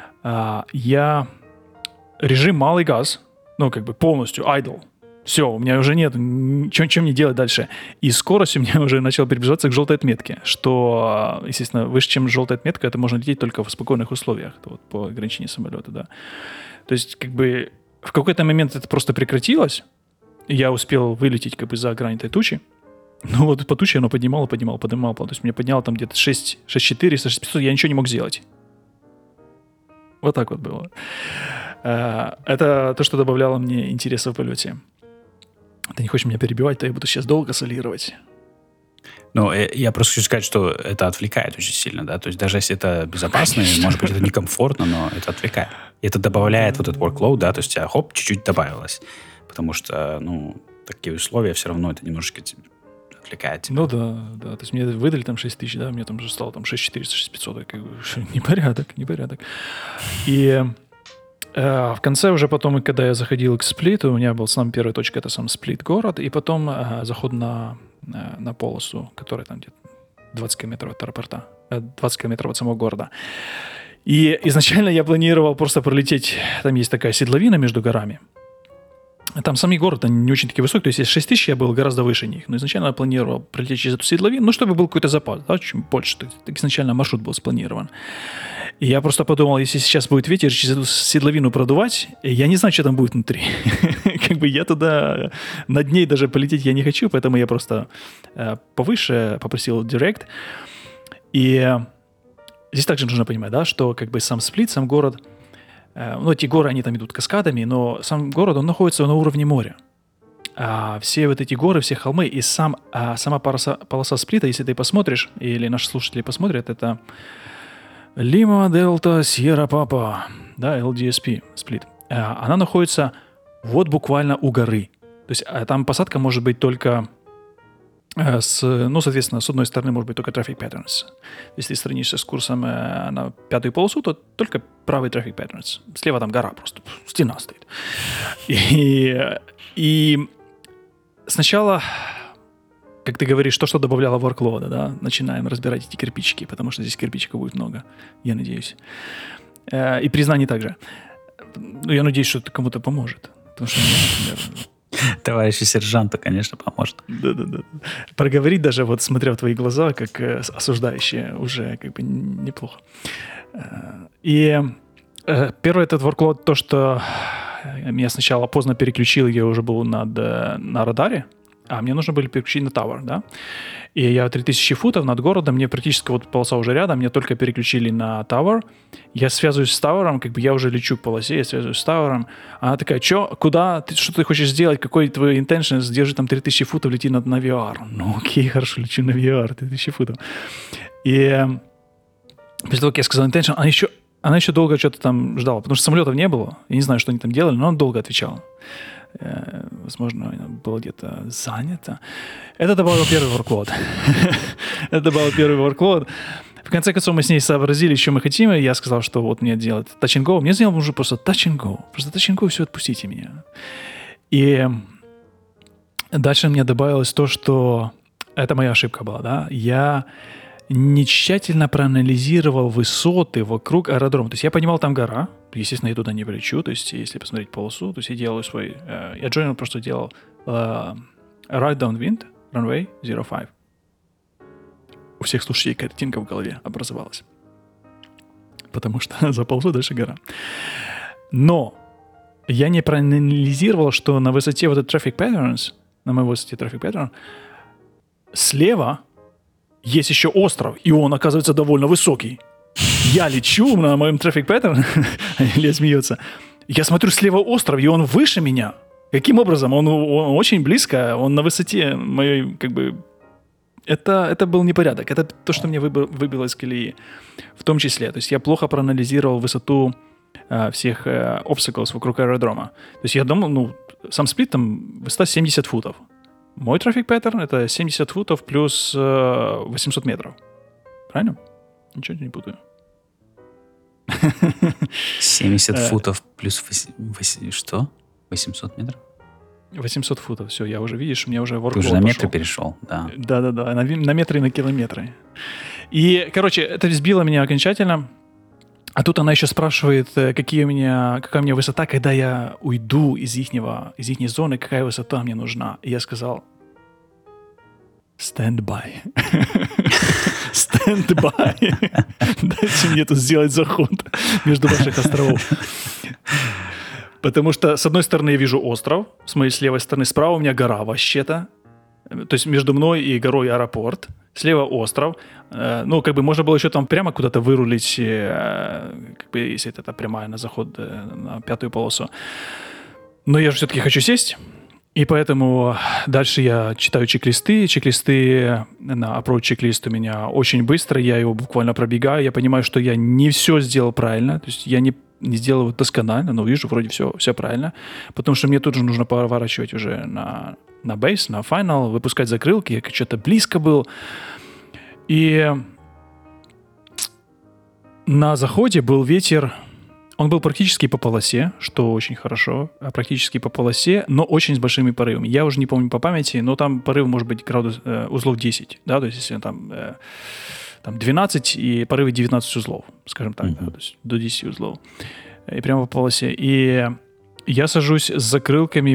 Режим малый газ, как бы полностью, idle. Все, у меня уже нет, чем мне делать дальше. И скорость у меня уже начала приближаться к желтой отметке, что, естественно, выше, чем желтая отметка, это можно лететь только в спокойных условиях, вот, по ограничению самолета, да. То есть, как бы, в какой-то момент это просто прекратилось, и я успел вылететь, как бы, за грань этой тучи. Ну, вот по туче оно поднимало. То есть, меня подняло там где-то 6400, 6500, я ничего не мог сделать. Вот так вот было. Это то, что добавляло мне интереса в полете. Ты не хочешь меня перебивать, то я буду сейчас долго солировать. Ну, я просто хочу сказать, что это отвлекает очень сильно, да, то есть даже если это безопасно, может быть, это некомфортно, но это отвлекает. И это добавляет вот этот workload, да, то есть у тебя, чуть-чуть добавилось, потому что, такие условия все равно это немножечко отвлекает тебя. Ну да, то есть мне выдали там 6000, да, мне там же стало там 6400, 6500, как бы непорядок. И в конце уже потом, когда я заходил к Сплиту, у меня был самая первая точка, это сам Сплит город, и потом заход на полосу, которая там где-то 20 километров от аэропорта, 20 километров от самого города. И изначально я планировал просто пролететь, там есть такая седловина между горами. Там сами горы не очень такие высокие, то есть если 6 тысяч, я был гораздо выше них. Но изначально я планировал пролететь через эту седловину, ну, чтобы был какой-то запас, да, чуть больше. Так изначально маршрут был спланирован. И я просто подумал, если сейчас будет ветер через эту седловину продувать, я не знаю, что там будет внутри. Как бы я туда над ней даже полететь я не хочу, поэтому я просто повыше попросил Директ. И здесь также нужно понимать, да, что как бы сам Сплит, сам город, ну, эти горы, они там идут каскадами, но сам город, он находится на уровне моря. А все вот эти горы, все холмы и сама полоса Сплита, если ты посмотришь, или наши слушатели посмотрят, это Лима, Дельта, Сьерра, Папа, да, LDSP, Сплит. Она находится вот буквально у горы. То есть там посадка может быть только соответственно, с одной стороны может быть только traffic patterns. Если ты странишься с курсом на 5-ю полосу, то только правый traffic patterns. Слева там гора просто, стена стоит. И сначала, как ты говоришь, то, что добавляло workload, да, начинаем разбирать эти кирпичики, потому что здесь кирпичиков будет много, я надеюсь. И признаний также. Ну, я надеюсь, что это кому-то поможет. Потому что мне, например... Товарищу сержанту, конечно, поможет. Да. Проговорить даже, вот смотря в твои глаза, как осуждающие, уже как бы неплохо. И первый этот workload, то, что меня сначала поздно переключил, я уже был на радаре, а мне нужно было переключить на Tower, да. И я 3000 футов над городом, мне практически вот полоса уже рядом, мне только переключили на Tower. Я связываюсь с Tower'ом, как бы я уже лечу к полосе, я связываюсь с Tower'ом. Она такая, куда, что ты хочешь сделать, какой твой intention, держи там 3000 футов, лети на VR. Ну окей, хорошо, лечу на VR, 3000 футов. И после того, как я сказал intention, она еще долго что-то там ждала, потому что самолетов не было, я не знаю, что они там делали, но она долго отвечала. Возможно, было где-то занято. Это добавил первый workload. В конце концов, мы с ней сообразили, что мы хотим, и я сказал, что вот мне делать touch and go. Мне сделал уже просто touch and go. Просто touch and go, все, отпустите меня. И дальше мне добавилось то, что... Это моя ошибка была, да? Я не тщательно проанализировал высоты вокруг аэродрома. То есть я понимал, там гора. Естественно, я туда не полечу. То есть если посмотреть полосу, то есть я делал свой... Я джойнил, просто делал right downwind, runway 05. У всех слушателей картинка в голове образовалась. Потому что за полосу дальше гора. Но я не проанализировал, что на высоте вот этот traffic patterns, на моей высоте traffic pattern, слева есть еще остров, и он, оказывается, довольно высокий. Я лечу на моем traffic pattern, Илья смеется. Я смотрю, слева остров, и он выше меня. Каким образом? Он очень близко, он на высоте моей, как бы... Это был непорядок. Это то, что мне выбило из колеи. В том числе. То есть я плохо проанализировал высоту всех obstacles вокруг аэродрома. То есть я думал, сам сплит там высота 70 футов. Мой traffic pattern — это 70 футов плюс 800 метров. Правильно? Ничего не путаю. 70 футов плюс что? 800 метров? 800 футов. Все, я уже, видишь, у меня уже workload пошел. Ты уже на метры перешел, да. Да, на метры и на километры. И, короче, это сбило меня окончательно. А тут она еще спрашивает, какая у меня высота, когда я уйду из их зоны, какая высота мне нужна. И я сказал, stand by. Stand by. Дайте мне тут сделать заход между ваших островов. Потому что, с одной стороны, я вижу остров, с моей с левой стороны, справа у меня гора вообще-то. То есть между мной и горой аэропорт. Слева остров. Ну, как бы можно было еще там прямо куда-то вырулить, как бы, если это прямая на заход на 5-ю полосу. Но я же все-таки хочу сесть. И поэтому дальше я читаю чек-листы. Чек-листы, approach чек-лист у меня очень быстро. Я его буквально пробегаю. Я понимаю, что я не все сделал правильно. То есть я не сделал его досконально, но вижу, вроде все правильно. Потому что мне тут же нужно поворачивать уже на бейс, на финал, выпускать закрылки. Я что-то близко был. И на заходе был ветер. Он был практически по полосе, что очень хорошо. Практически по полосе, но очень с большими порывами. Я уже не помню по памяти, но там порыв может быть узлов 10. Да? То есть если там там 12 и порывы 19 узлов, скажем так, да, то есть до 10 узлов. И прямо по полосе. И я сажусь с закрылками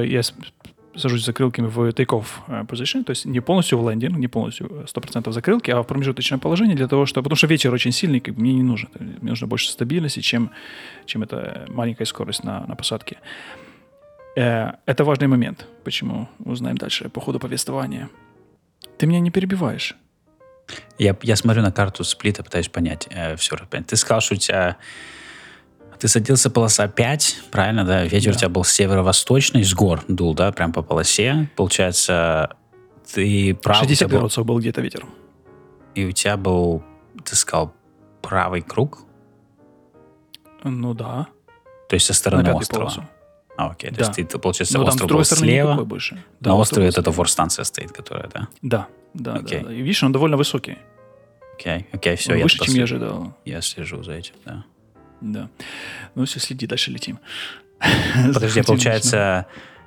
в take-off position, то есть не полностью в лендинг, не полностью 100% закрылки, а в промежуточное положение для того, чтобы... Потому что ветер очень сильный, как бы мне не нужен. Мне нужно больше стабильности, чем эта маленькая скорость на посадке. Это важный момент. Почему? Узнаем дальше по ходу повествования. Ты меня не перебиваешь. Я смотрю на карту сплита, пытаюсь понять все. Ты сказал, что у тебя... Ты садился полоса 5, правильно, да? Ветер у тебя был северо-восточный, с гор дул, да, прям по полосе. Получается, ты прав... 60 градусов был где-то ветер. И у тебя был, ты сказал, правый круг? Ну да. То есть со стороны острова? Полосу. Окей, то есть ты, получается, но остров там, был слева, больше. Да, на острове это форстанция стоит, которая, да? Да. И видишь, он довольно высокий. Окей, все. Он выше, чем я ожидал. Я слежу за этим, да. Да. Ну все, следи, дальше летим. Подожди, получается,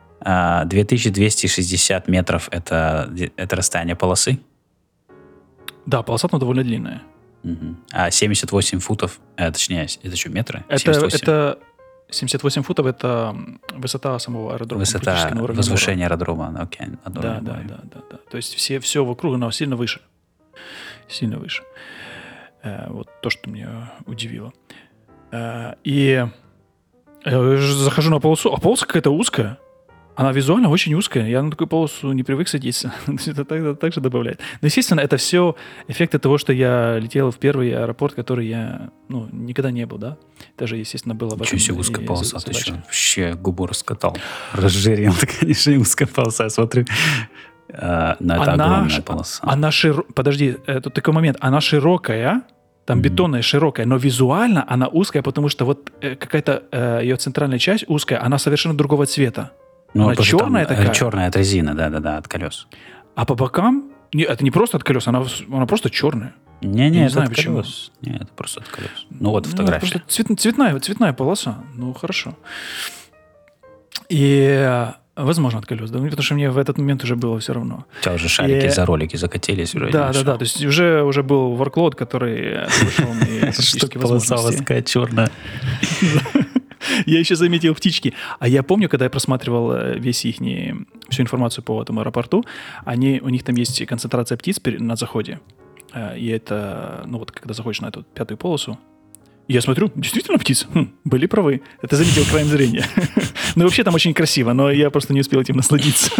2260 метров это расстояние полосы? Да, полоса там довольно длинная. А 78 футов, точнее, это что, метры? Это 78 футов, это высота самого аэродрома. Высота возвышения аэродрома, окей. Да. То есть все вокруг, оно сильно выше. Сильно выше. Вот то, что меня удивило. И я захожу на полосу, а полоса какая-то узкая. Она визуально очень узкая. Я на такую полосу не привык садиться. Это также добавляет. Но, естественно, это все эффекты того, что я летел в первый аэропорт, который я никогда не был, да? Даже, естественно, было об этом. Ничего себе узкая полоса. Ты что, вообще губу раскатал? Разжирел. Это, конечно, узкая полоса. Я смотрю, но это огромная полоса. Подожди, тут такой момент. Она широкая, там бетонная, широкая, но визуально она узкая, потому что вот какая-то ее центральная часть узкая, она совершенно другого цвета. Ну, она черная такая. Черная от резины, да, от колес. А по бокам, это не просто от колес, она просто черная. Не знаю, от почему. Колес. Нет, это просто от колес. Ну, вот фотография. Просто цветная полоса. Ну, хорошо. И, возможно, от колес, да, потому что мне в этот момент уже было все равно. У тебя уже шарики за ролики закатились. Да, то есть уже был workload, который превышал мои практически возможности. Полоса воская черная. Я еще заметил птички. А я помню, когда я просматривал всю информацию по этому аэропорту, у них там есть концентрация птиц на заходе. И это, когда заходишь на эту 5-ю полосу, я смотрю, действительно птиц. Были правы. Это заметил краем зрения. Ну, вообще там очень красиво, но я просто не успел этим насладиться.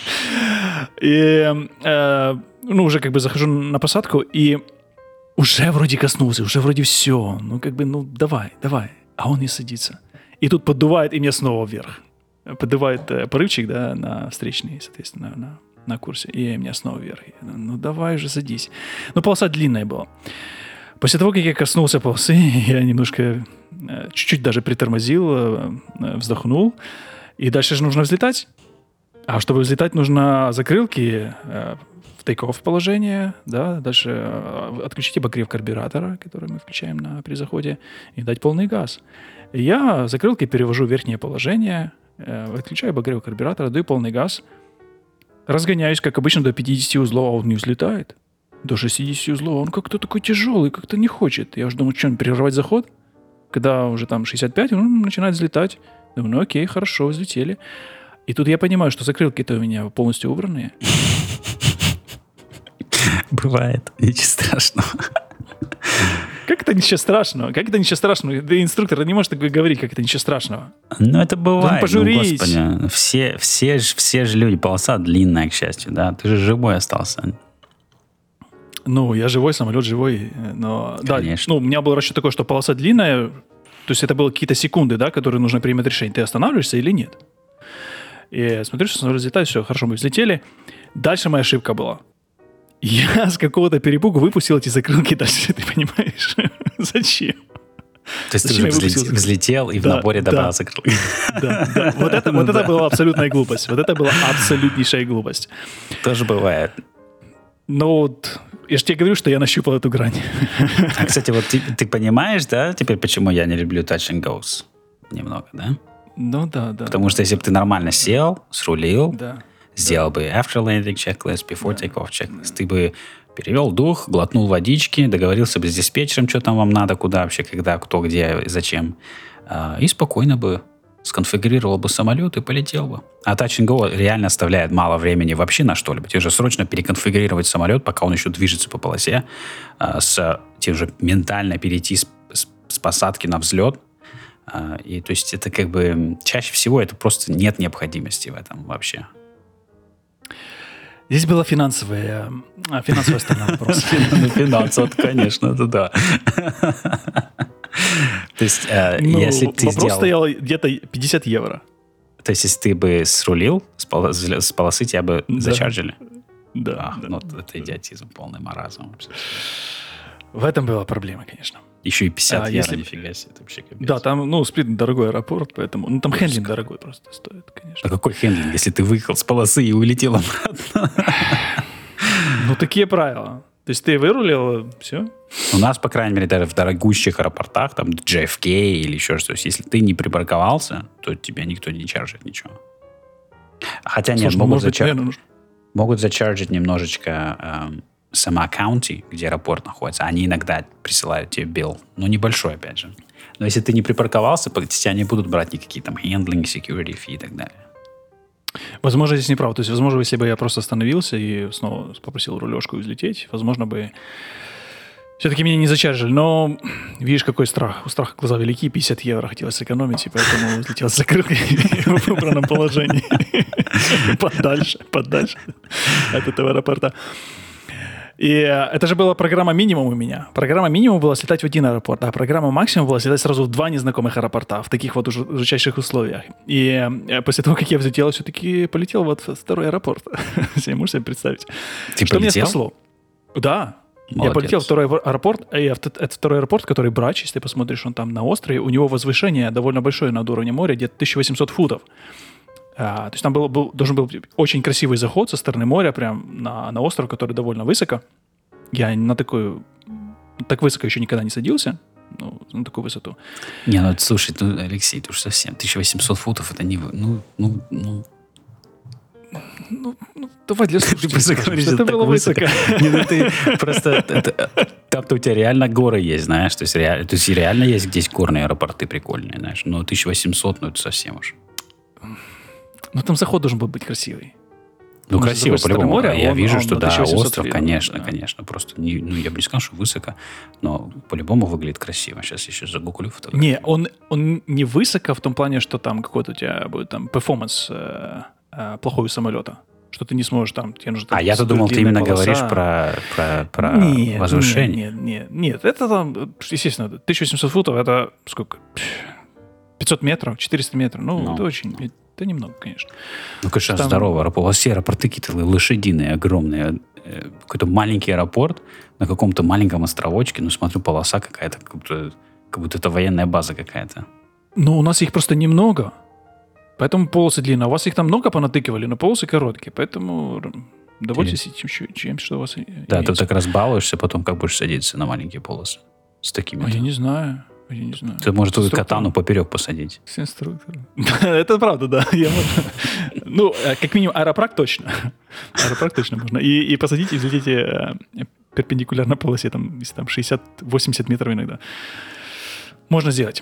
И, уже как бы захожу на посадку, и уже вроде коснулся, уже вроде все. Давай. А он не садится. И тут поддувает, и меня снова вверх. Поддувает порывчик, да, на встречный, соответственно, на курсе. И меня снова вверх. Давай же, садись. Полоса длинная была. После того, как я коснулся полосы, я немножко, чуть-чуть даже притормозил, вздохнул. И дальше же нужно взлетать. А чтобы взлетать, нужно закрылки в take-off положение, да, дальше отключить обогрев карбюратора, который мы включаем при заходе, и дать полный газ. И я закрылки перевожу в верхнее положение, отключаю обогрев карбюратора, даю полный газ, разгоняюсь, как обычно, до 50 узлов, а он не взлетает. До 60 узлов. Он как-то такой тяжелый, как-то не хочет. Я уже думаю, что, перерывать заход? Когда уже там 65, он начинает взлетать. Думаю, окей, хорошо, взлетели. И тут я понимаю, что закрылки-то у меня полностью убранные. Бывает. Ничего страшного. Как это ничего страшного? Ты инструктор не можешь такое говорить, как это ничего страшного. Ну, это бывает. Пожурись. Господи, все же люди, полоса длинная, к счастью, да. Ты же живой остался. Я живой, самолет живой. Но, конечно. Да, у меня был расчет такой, что полоса длинная, то есть это было какие-то секунды, да, которые нужно принимать решение, ты останавливаешься или нет. И смотрю, что самолет взлетает, все, хорошо, мы взлетели. Дальше моя ошибка была. Я с какого-то перепугу выпустил эти закрылки дальше, ты понимаешь? Зачем? То есть ты взлетел и в наборе добавил закрылки. Да. Вот это была абсолютная глупость. Вот это была абсолютнейшая глупость. Тоже бывает. Я же тебе говорю, что я нащупал эту грань. А, кстати, вот ты понимаешь, да, теперь почему я не люблю touch and goes? Немного, да? Да. Потому что если бы ты нормально сел, срулил, да. сделал бы after landing checklist, before takeoff checklist, ты бы Перевел дух, глотнул водички, договорился бы с диспетчером, что там вам надо, куда вообще, когда, кто, где, зачем. И спокойно бы сконфигурировал бы самолет и полетел бы. А Touch and Go реально оставляет мало времени вообще на что-либо. Тебе же срочно переконфигурировать самолет, пока он еще движется по полосе, тебе же ментально перейти с посадки на взлет. И то есть это как бы чаще всего это просто нет необходимости в этом вообще. Здесь была финансовая сторона вопроса. Финансово, конечно, это да. То есть, если ты вопрос стоял где-то 50 евро. То есть, если ты бы срулил с полосы, тебя бы зачарджили? Да. Ну, это идиотизм, полный маразм. В этом была проблема, конечно. Еще и 50 евро, нифига себе, это вообще капец. Да, там, Сплит дорогой аэропорт, поэтому... Ну, там хендлинг дорогой просто стоит, конечно. А какой хендлинг, если ты выехал с полосы и улетел обратно? Ну, такие правила. То есть ты вырулил, все? У нас, по крайней мере, даже в дорогущих аэропортах, там, JFK или еще что-то, если ты не припарковался, то тебя никто не чаржит ничего. Хотя нет, могут зачаржить немножечко сама county, где аэропорт находится. Они иногда присылают тебе билл. Ну, небольшой, опять же. Но если ты не припарковался, тебя не будут брать никакие там handling, security fee и так далее. Возможно, здесь неправда. То есть, возможно, если бы я просто остановился и снова попросил рулежку взлететь, возможно бы все-таки меня не зачаржили. Но видишь, какой страх. У страха глаза велики, 50 евро хотелось сэкономить, и поэтому взлетел с закрылкой в выбранном положении. Подальше от этого аэропорта. И это же была программа минимум у меня. Программа минимум была слетать в один аэропорт, а программа максимум была слетать сразу в 2 незнакомых аэропорта, в таких вот жутчайших условиях. И после того, как я взлетел, все-таки полетел вот в второй аэропорт. Можешь себе представить? Ты что полетел? Меня спасло? Да. Молодец. Я полетел в второй аэропорт, и это второй аэропорт, который Брач, если ты посмотришь, он там на острове, у него возвышение довольно большое над уровнем моря, где-то 1800 футов. То есть там должен был очень красивый заход со стороны моря прям на остров, который довольно высоко. Я так высоко еще никогда не садился, на такую высоту. Не, ну слушай, Алексей, ты уж совсем 1800 футов, это не... давай для слушателей. Это было высоко. Ты просто... Там-то у тебя реально горы есть, знаешь. То есть реально есть здесь горные аэропорты прикольные, знаешь. Но 1800, это совсем уж... Но там заход должен был быть красивый. Ну, красиво, по-любому. Я вижу, что да, остров, футов, конечно. Просто, я бы не сказал, что высоко, но по-любому выглядит красиво. Сейчас еще загуглю фотографию. Не, он не высоко в том плане, что там какой-то у тебя будет там перформанс плохой у самолета. Что ты не сможешь там... я-то думал, ты именно говоришь про возвышение. Нет, это там, естественно, 1800 футов, это сколько? 500 метров, 400 метров. Это очень... Это немного, конечно. Ну, конечно, там... здорово. У вас все аэропорты какие-то лошадиные, огромные. Какой-то маленький аэропорт на каком-то маленьком островочке. Смотрю, полоса какая-то, как будто это военная база какая-то. У нас их просто немного. Поэтому полосы длинные. У вас их там много понатыкивали, но полосы короткие. Поэтому довольствуйтесь чем, что у вас есть. Да, ты так раз балуешься, потом как будешь садиться на маленькие полосы. С такими. Я не знаю. Ты, может, твою катану поперек посадить. С инструктором. Это правда, да. Как минимум, аэропракт точно. Аэропракт точно можно. И посадить, и взлететь перпендикулярно полосе, если там 60-80 метров иногда. Можно сделать.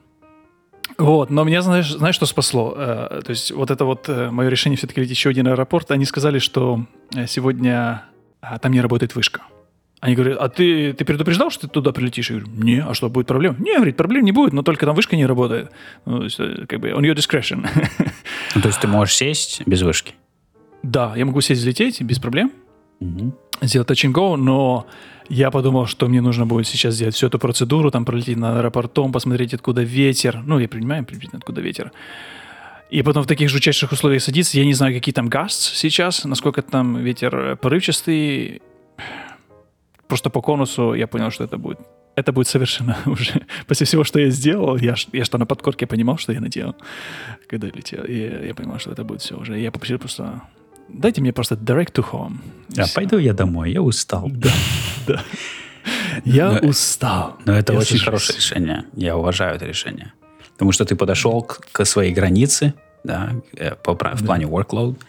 Но меня, знаешь, что спасло? То есть вот это вот мое решение все-таки лететь еще один аэропорт. Они сказали, что сегодня там не работает вышка. Они говорят, а ты предупреждал, что ты туда прилетишь? Я говорю, не, а что, будет проблема? Не, говорит, проблем не будет, но только там вышка не работает. То есть, как бы, on your discretion. То есть ты можешь сесть без вышки? Да, я могу сесть, взлететь без проблем, сделать touch and go, но я подумал, что мне нужно будет сейчас сделать всю эту процедуру, там пролететь над аэропортом, посмотреть, откуда ветер. Я понимаю, откуда ветер. И потом в таких жутчайших условиях садиться. Я не знаю, какие там gusts сейчас, насколько там ветер порывчатый. Просто по конусу я понял, что это будет совершенно уже... После всего, что я сделал, я что на подкорке понимал, что я наделал, когда летел. И я понимал, что это будет все уже. Я попросил просто... Дайте мне просто direct to home. Пойду я домой, я устал. Да. Я устал. Но это очень хорошее решение. Я уважаю это решение. Потому что ты подошел к своей границе, да, в плане workload.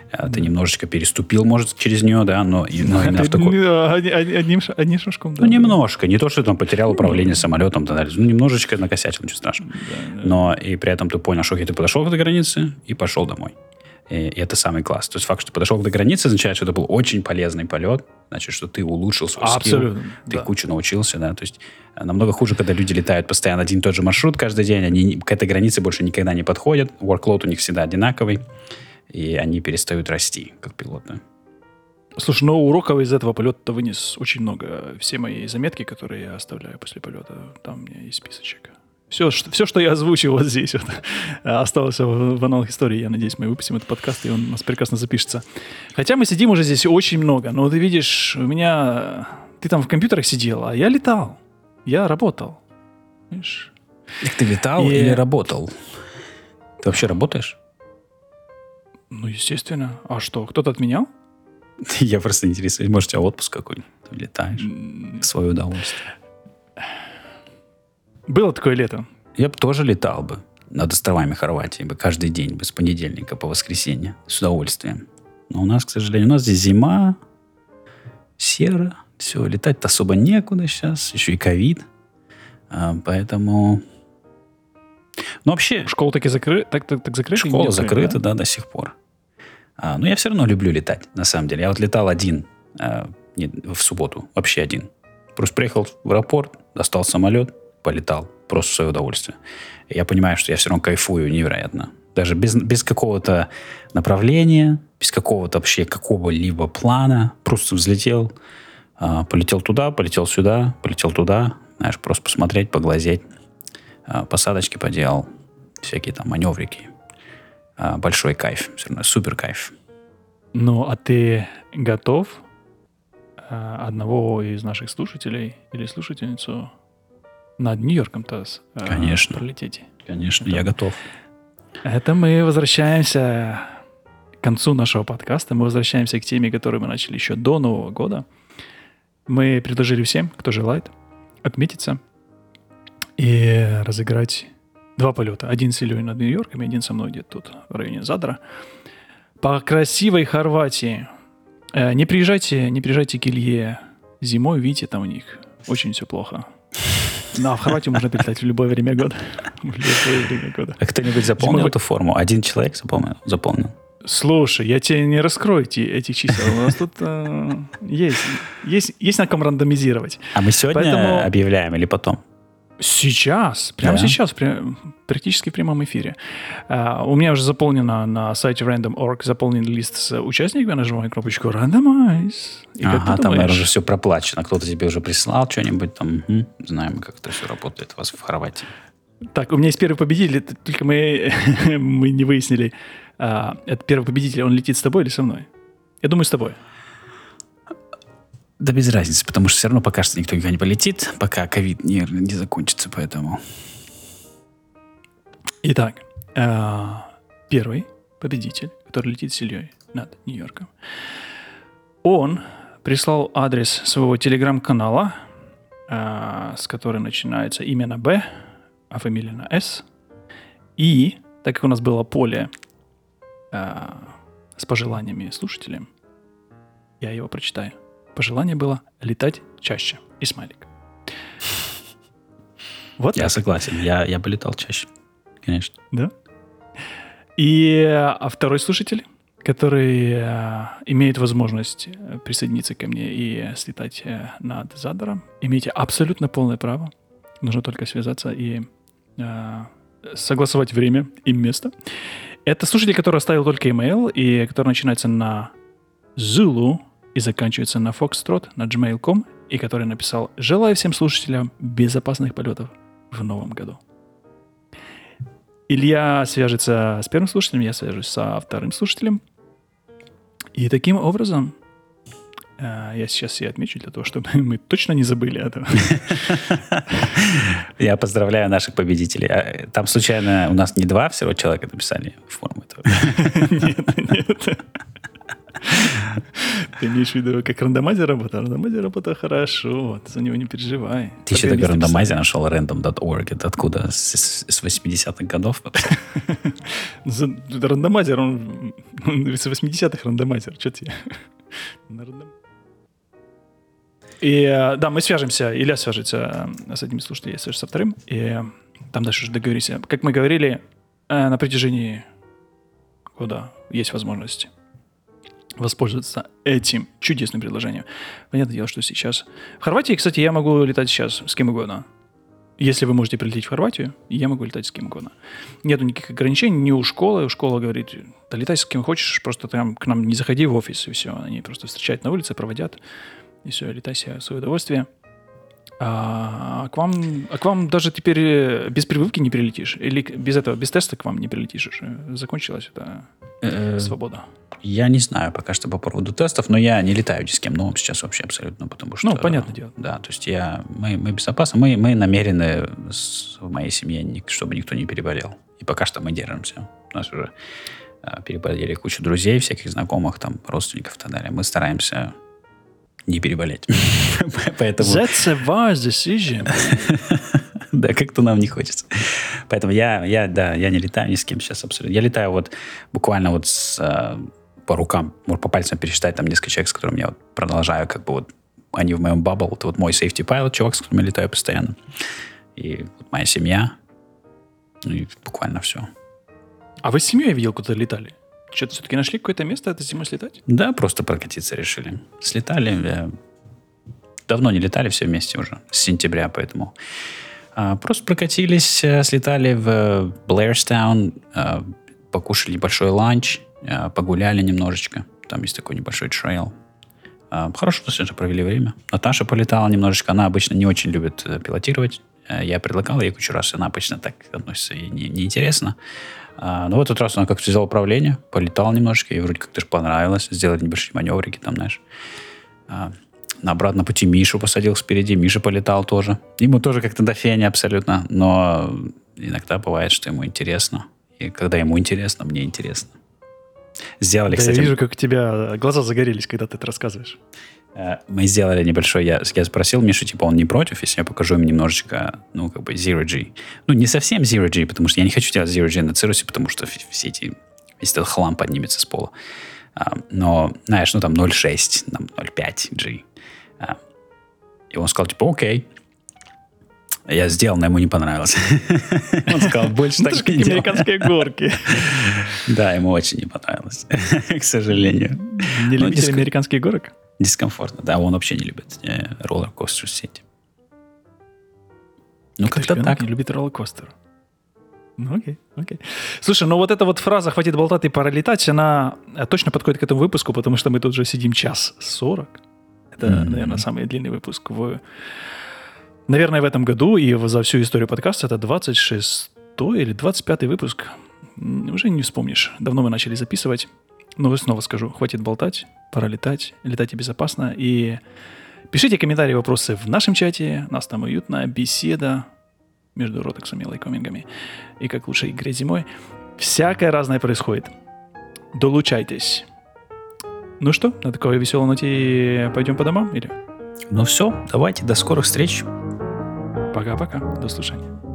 Ты немножечко переступил, может, через нее, да, но именно в такой... Одним шажком, да. Ну, немножко. Не то, что ты там потерял управление самолетом, немножечко накосячил, ничего страшного. Но и при этом ты понял, что ты подошел к этой границе и пошел домой. И это самый класс. То есть факт, что подошел к этой границе, означает, что это был очень полезный полет, значит, что ты улучшил свой скилл, ты кучу научился, да. То есть намного хуже, когда люди летают постоянно один и тот же маршрут каждый день, они к этой границе больше никогда не подходят, workload у них всегда одинаковый, и они перестают расти, как пилоты. Слушай, но уроков из этого полета вынес очень много. Все мои заметки, которые я оставляю после полета, там у меня есть списочек. Все, что я озвучил вот здесь, вот, осталось в аналах истории. Я надеюсь, мы выпустим этот подкаст, и он у нас прекрасно запишется. Хотя мы сидим уже здесь очень много. Но ты видишь, у меня... Ты там в компьютерах сидел, а я летал. Я работал. Видишь? Так ты летал или работал? Ты вообще работаешь? Ну, естественно. А что, кто-то отменял? Я просто интересуюсь. Может, у тебя отпуск какой-нибудь? Ты летаешь в свое удовольствие. Было такое лето. Я бы тоже летал бы над островами Хорватии бы каждый день, бы с понедельника по воскресенье. С удовольствием. Но у нас, к сожалению, у нас здесь зима, серо, все, летать-то особо некуда сейчас. Еще и ковид. Поэтому... Ну, вообще... Школа так закрыта? Школа закрыта, да, до сих пор. Но я все равно люблю летать, на самом деле. Я вот летал один в субботу, вообще один. Просто приехал в аэропорт, достал самолет, полетал. Просто в свое удовольствие. И я понимаю, что я все равно кайфую невероятно. Даже без какого-то направления, без какого-то вообще какого-либо плана. Просто взлетел, полетел туда, полетел сюда, полетел туда. Знаешь, просто посмотреть, поглазеть. Посадочки поделал. Всякие там маневрики. Большой кайф. Все равно супер кайф. Ну, а ты готов одного из наших слушателей или слушательницу над Нью-Йорком-то пролететь? Конечно, я готов. Это мы возвращаемся к концу нашего подкаста. Мы возвращаемся к теме, которую мы начали еще до Нового года. Мы предложили всем, кто желает, отметиться и разыграть 2 полета. Один с Ильей над Нью-Йорком и один со мной где-то тут, в районе Задра. По красивой Хорватии. Не приезжайте к Илье зимой, видите, там у них очень все плохо. Но в Хорватию можно прилетать в любое время года. А кто-нибудь запомнил эту форму? Один человек запомнил? Слушай, я тебе не раскрою эти числа. У нас тут есть на ком рандомизировать. А мы сегодня объявляем или потом? Сейчас. Прямо сейчас. Практически в прямом эфире. У меня уже заполнено на сайте random.org заполнен лист с участниками. Я нажимаю кнопочку Randomize. Ага, там, наверное, уже все проплачено. Кто-то тебе уже прислал что-нибудь там. Знаем, как это все работает у вас в Хорватии. Так, у меня есть первый победитель. Только мы не выяснили. Это первый победитель. Он летит с тобой или со мной? Я думаю, с тобой. Да без разницы, потому что все равно пока что никто никуда не полетит, пока ковид не закончится, поэтому... Итак, первый победитель, который летит с Ильей над Нью-Йорком, он прислал адрес своего телеграм-канала, с которой начинается имя на Б, а фамилия на С. И, так как у нас было поле с пожеланиями слушателям, я его прочитаю. Пожелание было летать чаще. И смайлик. Вот я согласен. Я бы летал чаще. Конечно. Да? И второй слушатель, который имеет возможность присоединиться ко мне и слетать над Задаром, имеете абсолютно полное право. Нужно только связаться и согласовать время и место. Это слушатель, который оставил только email, и который начинается на Zulu и заканчивается на Foxtrot, на gmail.com, и который написал: «Желаю всем слушателям безопасных полетов в новом году». Илья свяжется с первым слушателем, я свяжусь со вторым слушателем. И таким образом, я сейчас и отмечу для того, чтобы мы точно не забыли этого. Я поздравляю наших победителей. Там случайно у нас не 2 всего человека написали в форму этого? Нет. Ты имеешь в виду, как рандомайзер работает? Рандомайзер работает хорошо, ты за него не переживай. Ты еще такой рандомайзер нашел, random.org. Это откуда? С 80-х годов? Рандомайзер, он с 80-х рандомайзер. Что тебе? И да, мы свяжемся, Илья свяжется с одним слушателем, я свяжусь со вторым, и там дальше уже договоримся. Как мы говорили, на протяжении года есть возможность воспользоваться этим чудесным предложением. Понятное дело, что сейчас... В Хорватии, кстати, я могу летать сейчас с кем угодно. Если вы можете прилететь в Хорватию, я могу летать с кем угодно. Нету никаких ограничений ни у школы. У школы говорит, да летай с кем хочешь, просто там к нам не заходи в офис, и все. Они просто встречают на улице, проводят, и все, летай себе в свое удовольствие. А к вам даже теперь без прививки не прилетишь? Или без этого, без теста к вам не прилетишь уже? Закончилась эта свобода? Я не знаю пока что по поводу тестов, но я не летаю ни с кем новым сейчас вообще абсолютно, потому что... Ну, понятное дело. Да, то есть мы безопасны, мы намерены в моей семье, чтобы никто не переболел. И пока что мы держимся. У нас уже переболели кучу друзей, всяких знакомых, там, родственников и так далее. Мы стараемся не переболеть. Поэтому... That's a wise decision. Да, как-то нам не хочется. Поэтому я не летаю ни с кем сейчас абсолютно. Я летаю вот буквально вот по рукам, по пальцам пересчитать там несколько человек, с которыми я вот продолжаю, как бы вот они в моем бабл. Это вот мой safety pilot, чувак, с которым я летаю постоянно. И вот моя семья. Ну и буквально все. А вы с семьей, я видел, куда летали? Что-то все-таки нашли какое-то место это зимой слетать? Да, просто прокатиться решили. Слетали. Давно не летали все вместе уже, с сентября, поэтому... Просто прокатились, слетали в Blairstown, покушали небольшой ланч, погуляли немножечко. Там есть такой небольшой трейл. Хорошо достаточно провели время. Наташа полетала немножечко. Она обычно не очень любит пилотировать. Я предлагал ей кучу раз, она обычно так относится, ей неинтересно. Но в этот раз она как-то взяла управление, полетала немножечко, ей вроде как-то понравилось. Сделать небольшие маневрики там, знаешь. На обратном пути Мишу посадил спереди, Миша полетал тоже. Ему тоже как-то до фени абсолютно, но иногда бывает, что ему интересно. И когда ему интересно, мне интересно. Сделали, да, кстати... Я вижу, как у тебя глаза загорелись, когда ты это рассказываешь. Мы сделали небольшой... Я спросил Мишу, типа, он не против, если я покажу им немножечко, ну, как бы, Zero G. Ну, не совсем Zero G, потому что я не хочу делать Zero G на Цирусе, потому что весь этот хлам поднимется с пола. Но, знаешь, ну, там 0.6, там 0.5 G. И он сказал, типа, окей. Я сделал, но ему не понравилось. Он сказал, больше так не делал. Американские горки. Да, ему очень не понравилось, к сожалению. Не любите американских горок? Дискомфортно, да, он вообще не любит роллер-костер сети. Ну, как-то так. Не любит роллер-костер. Ну, окей. Слушай, ну вот эта вот фраза «хватит болтать и пора летать», она точно подходит к этому выпуску, потому что мы тут уже сидим 1:40. Это, наверное, самый длинный выпуск наверное, в этом году и за всю историю подкаста. Это 26-й или 25-й выпуск. Уже не вспомнишь. Давно мы начали записывать. Но снова скажу, хватит болтать, пора летать. Летайте безопасно. И пишите комментарии, вопросы в нашем чате. У нас там уютная беседа между ротексами и лайкомингами. И как лучше играть зимой. Всякое разное происходит. Долучайтесь. Ну что, на такой веселой ноте пойдем по домам, или? Ну все, давайте, до скорых встреч. Пока-пока, до слушания.